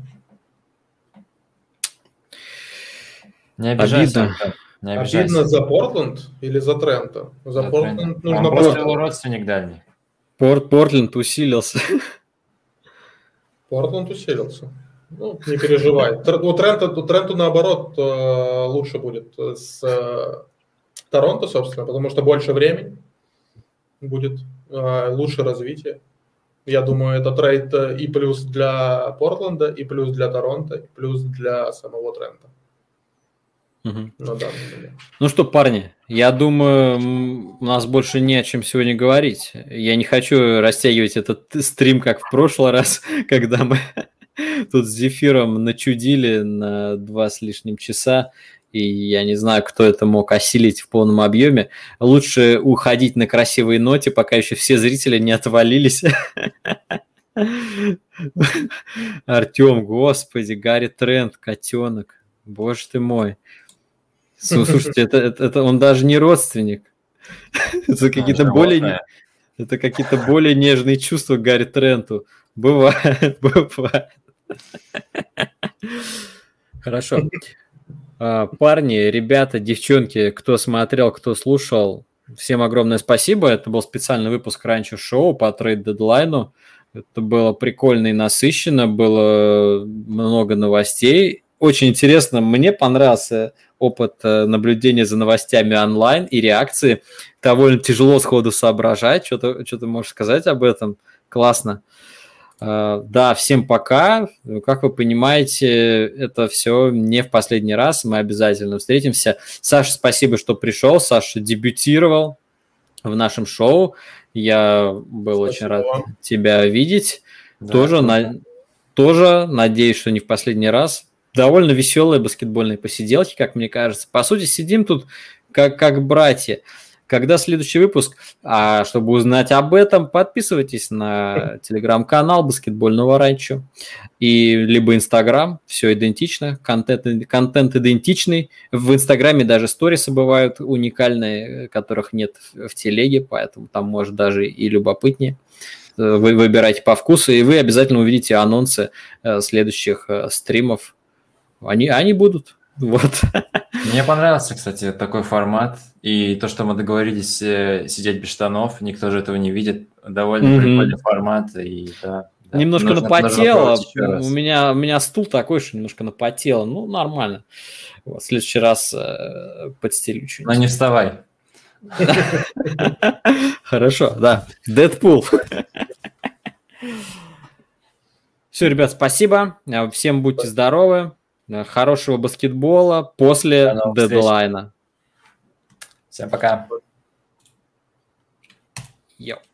не обижайся, Обидно. Антон, не Обидно обижайся. за Портленд или за Трента? За За Портленд Трента. нужно Он просто посмотреть. его родственник дальний. Порт, Портленд усилился. Портленд усилился. Ну, не переживай. Тр- У Трента, у Тренту наоборот э, лучше будет с э, Торонто, собственно, потому что больше времени будет, э, лучше развитие. Я думаю, это трейд э, и плюс для Портленда, и плюс для Торонто, и плюс для самого Трента. Мгм. На данный момент. Ну что, парни, я думаю, м, у нас больше не о чем сегодня говорить. Я не хочу растягивать этот стрим, как в прошлый раз, когда мы тут с Зефиром начудили на два с лишним часа, и я не знаю, кто это мог осилить в полном объеме. Лучше уходить на красивой ноте, пока еще все зрители не отвалились. Артем, господи, Гарри Трент, котенок, боже ты мой. Слушайте, это, это, это он даже не родственник. Это какие-то более, не- Животное. это какие-то более нежные чувства к Гарри Тренту. Бывает, бывает. Хорошо. А, Парни, ребята, девчонки, кто смотрел, кто слушал, всем огромное спасибо. Это был специальный выпуск раньше шоу по трейд-дедлайну. Это было прикольно и насыщенно, было много новостей. Очень интересно, мне понравился опыт э, наблюдения за новостями онлайн и реакции. Довольно тяжело сходу соображать. Что ты, что ты можешь сказать об этом? Классно. Э, Да, всем пока. Как вы понимаете, это все не в последний раз. Мы обязательно встретимся. Саша, спасибо, что пришел. Саша дебютировал в нашем шоу. Я был Спасибо очень рад вам. тебя видеть. Да, тоже, тоже. на- тоже надеюсь, что не в последний раз. Довольно веселые баскетбольные посиделки, как мне кажется. По сути, сидим тут как, как братья. Когда следующий выпуск? А чтобы узнать об этом, подписывайтесь на телеграм-канал Баскетбольного ранчо и либо Инстаграм, все идентично, контент, контент идентичный. В Инстаграме даже сторисы бывают уникальные, которых нет в в телеге, поэтому там может даже и любопытнее. Э, Вы выбирайте по вкусу, и вы обязательно увидите анонсы э, следующих э, стримов. Они, они будут. Вот. Мне понравился, кстати, такой формат. И то, что мы договорились э, сидеть без штанов, никто же этого не видит. Довольно Мгм. прикольный формат. И да, да, Немножко нужно- нужно напотело. пробовать еще раз. У меня, у меня стул такой, что немножко напотело. Ну, нормально. Вот, в следующий раз э, подстелю Но что-нибудь. не вставай. Хорошо, да. Дэдпул. Все, ребят, спасибо. Э, Всем будьте здоровы. Э, Хорошего баскетбола после До новых встреч. дедлайна. Всем пока. Йоу.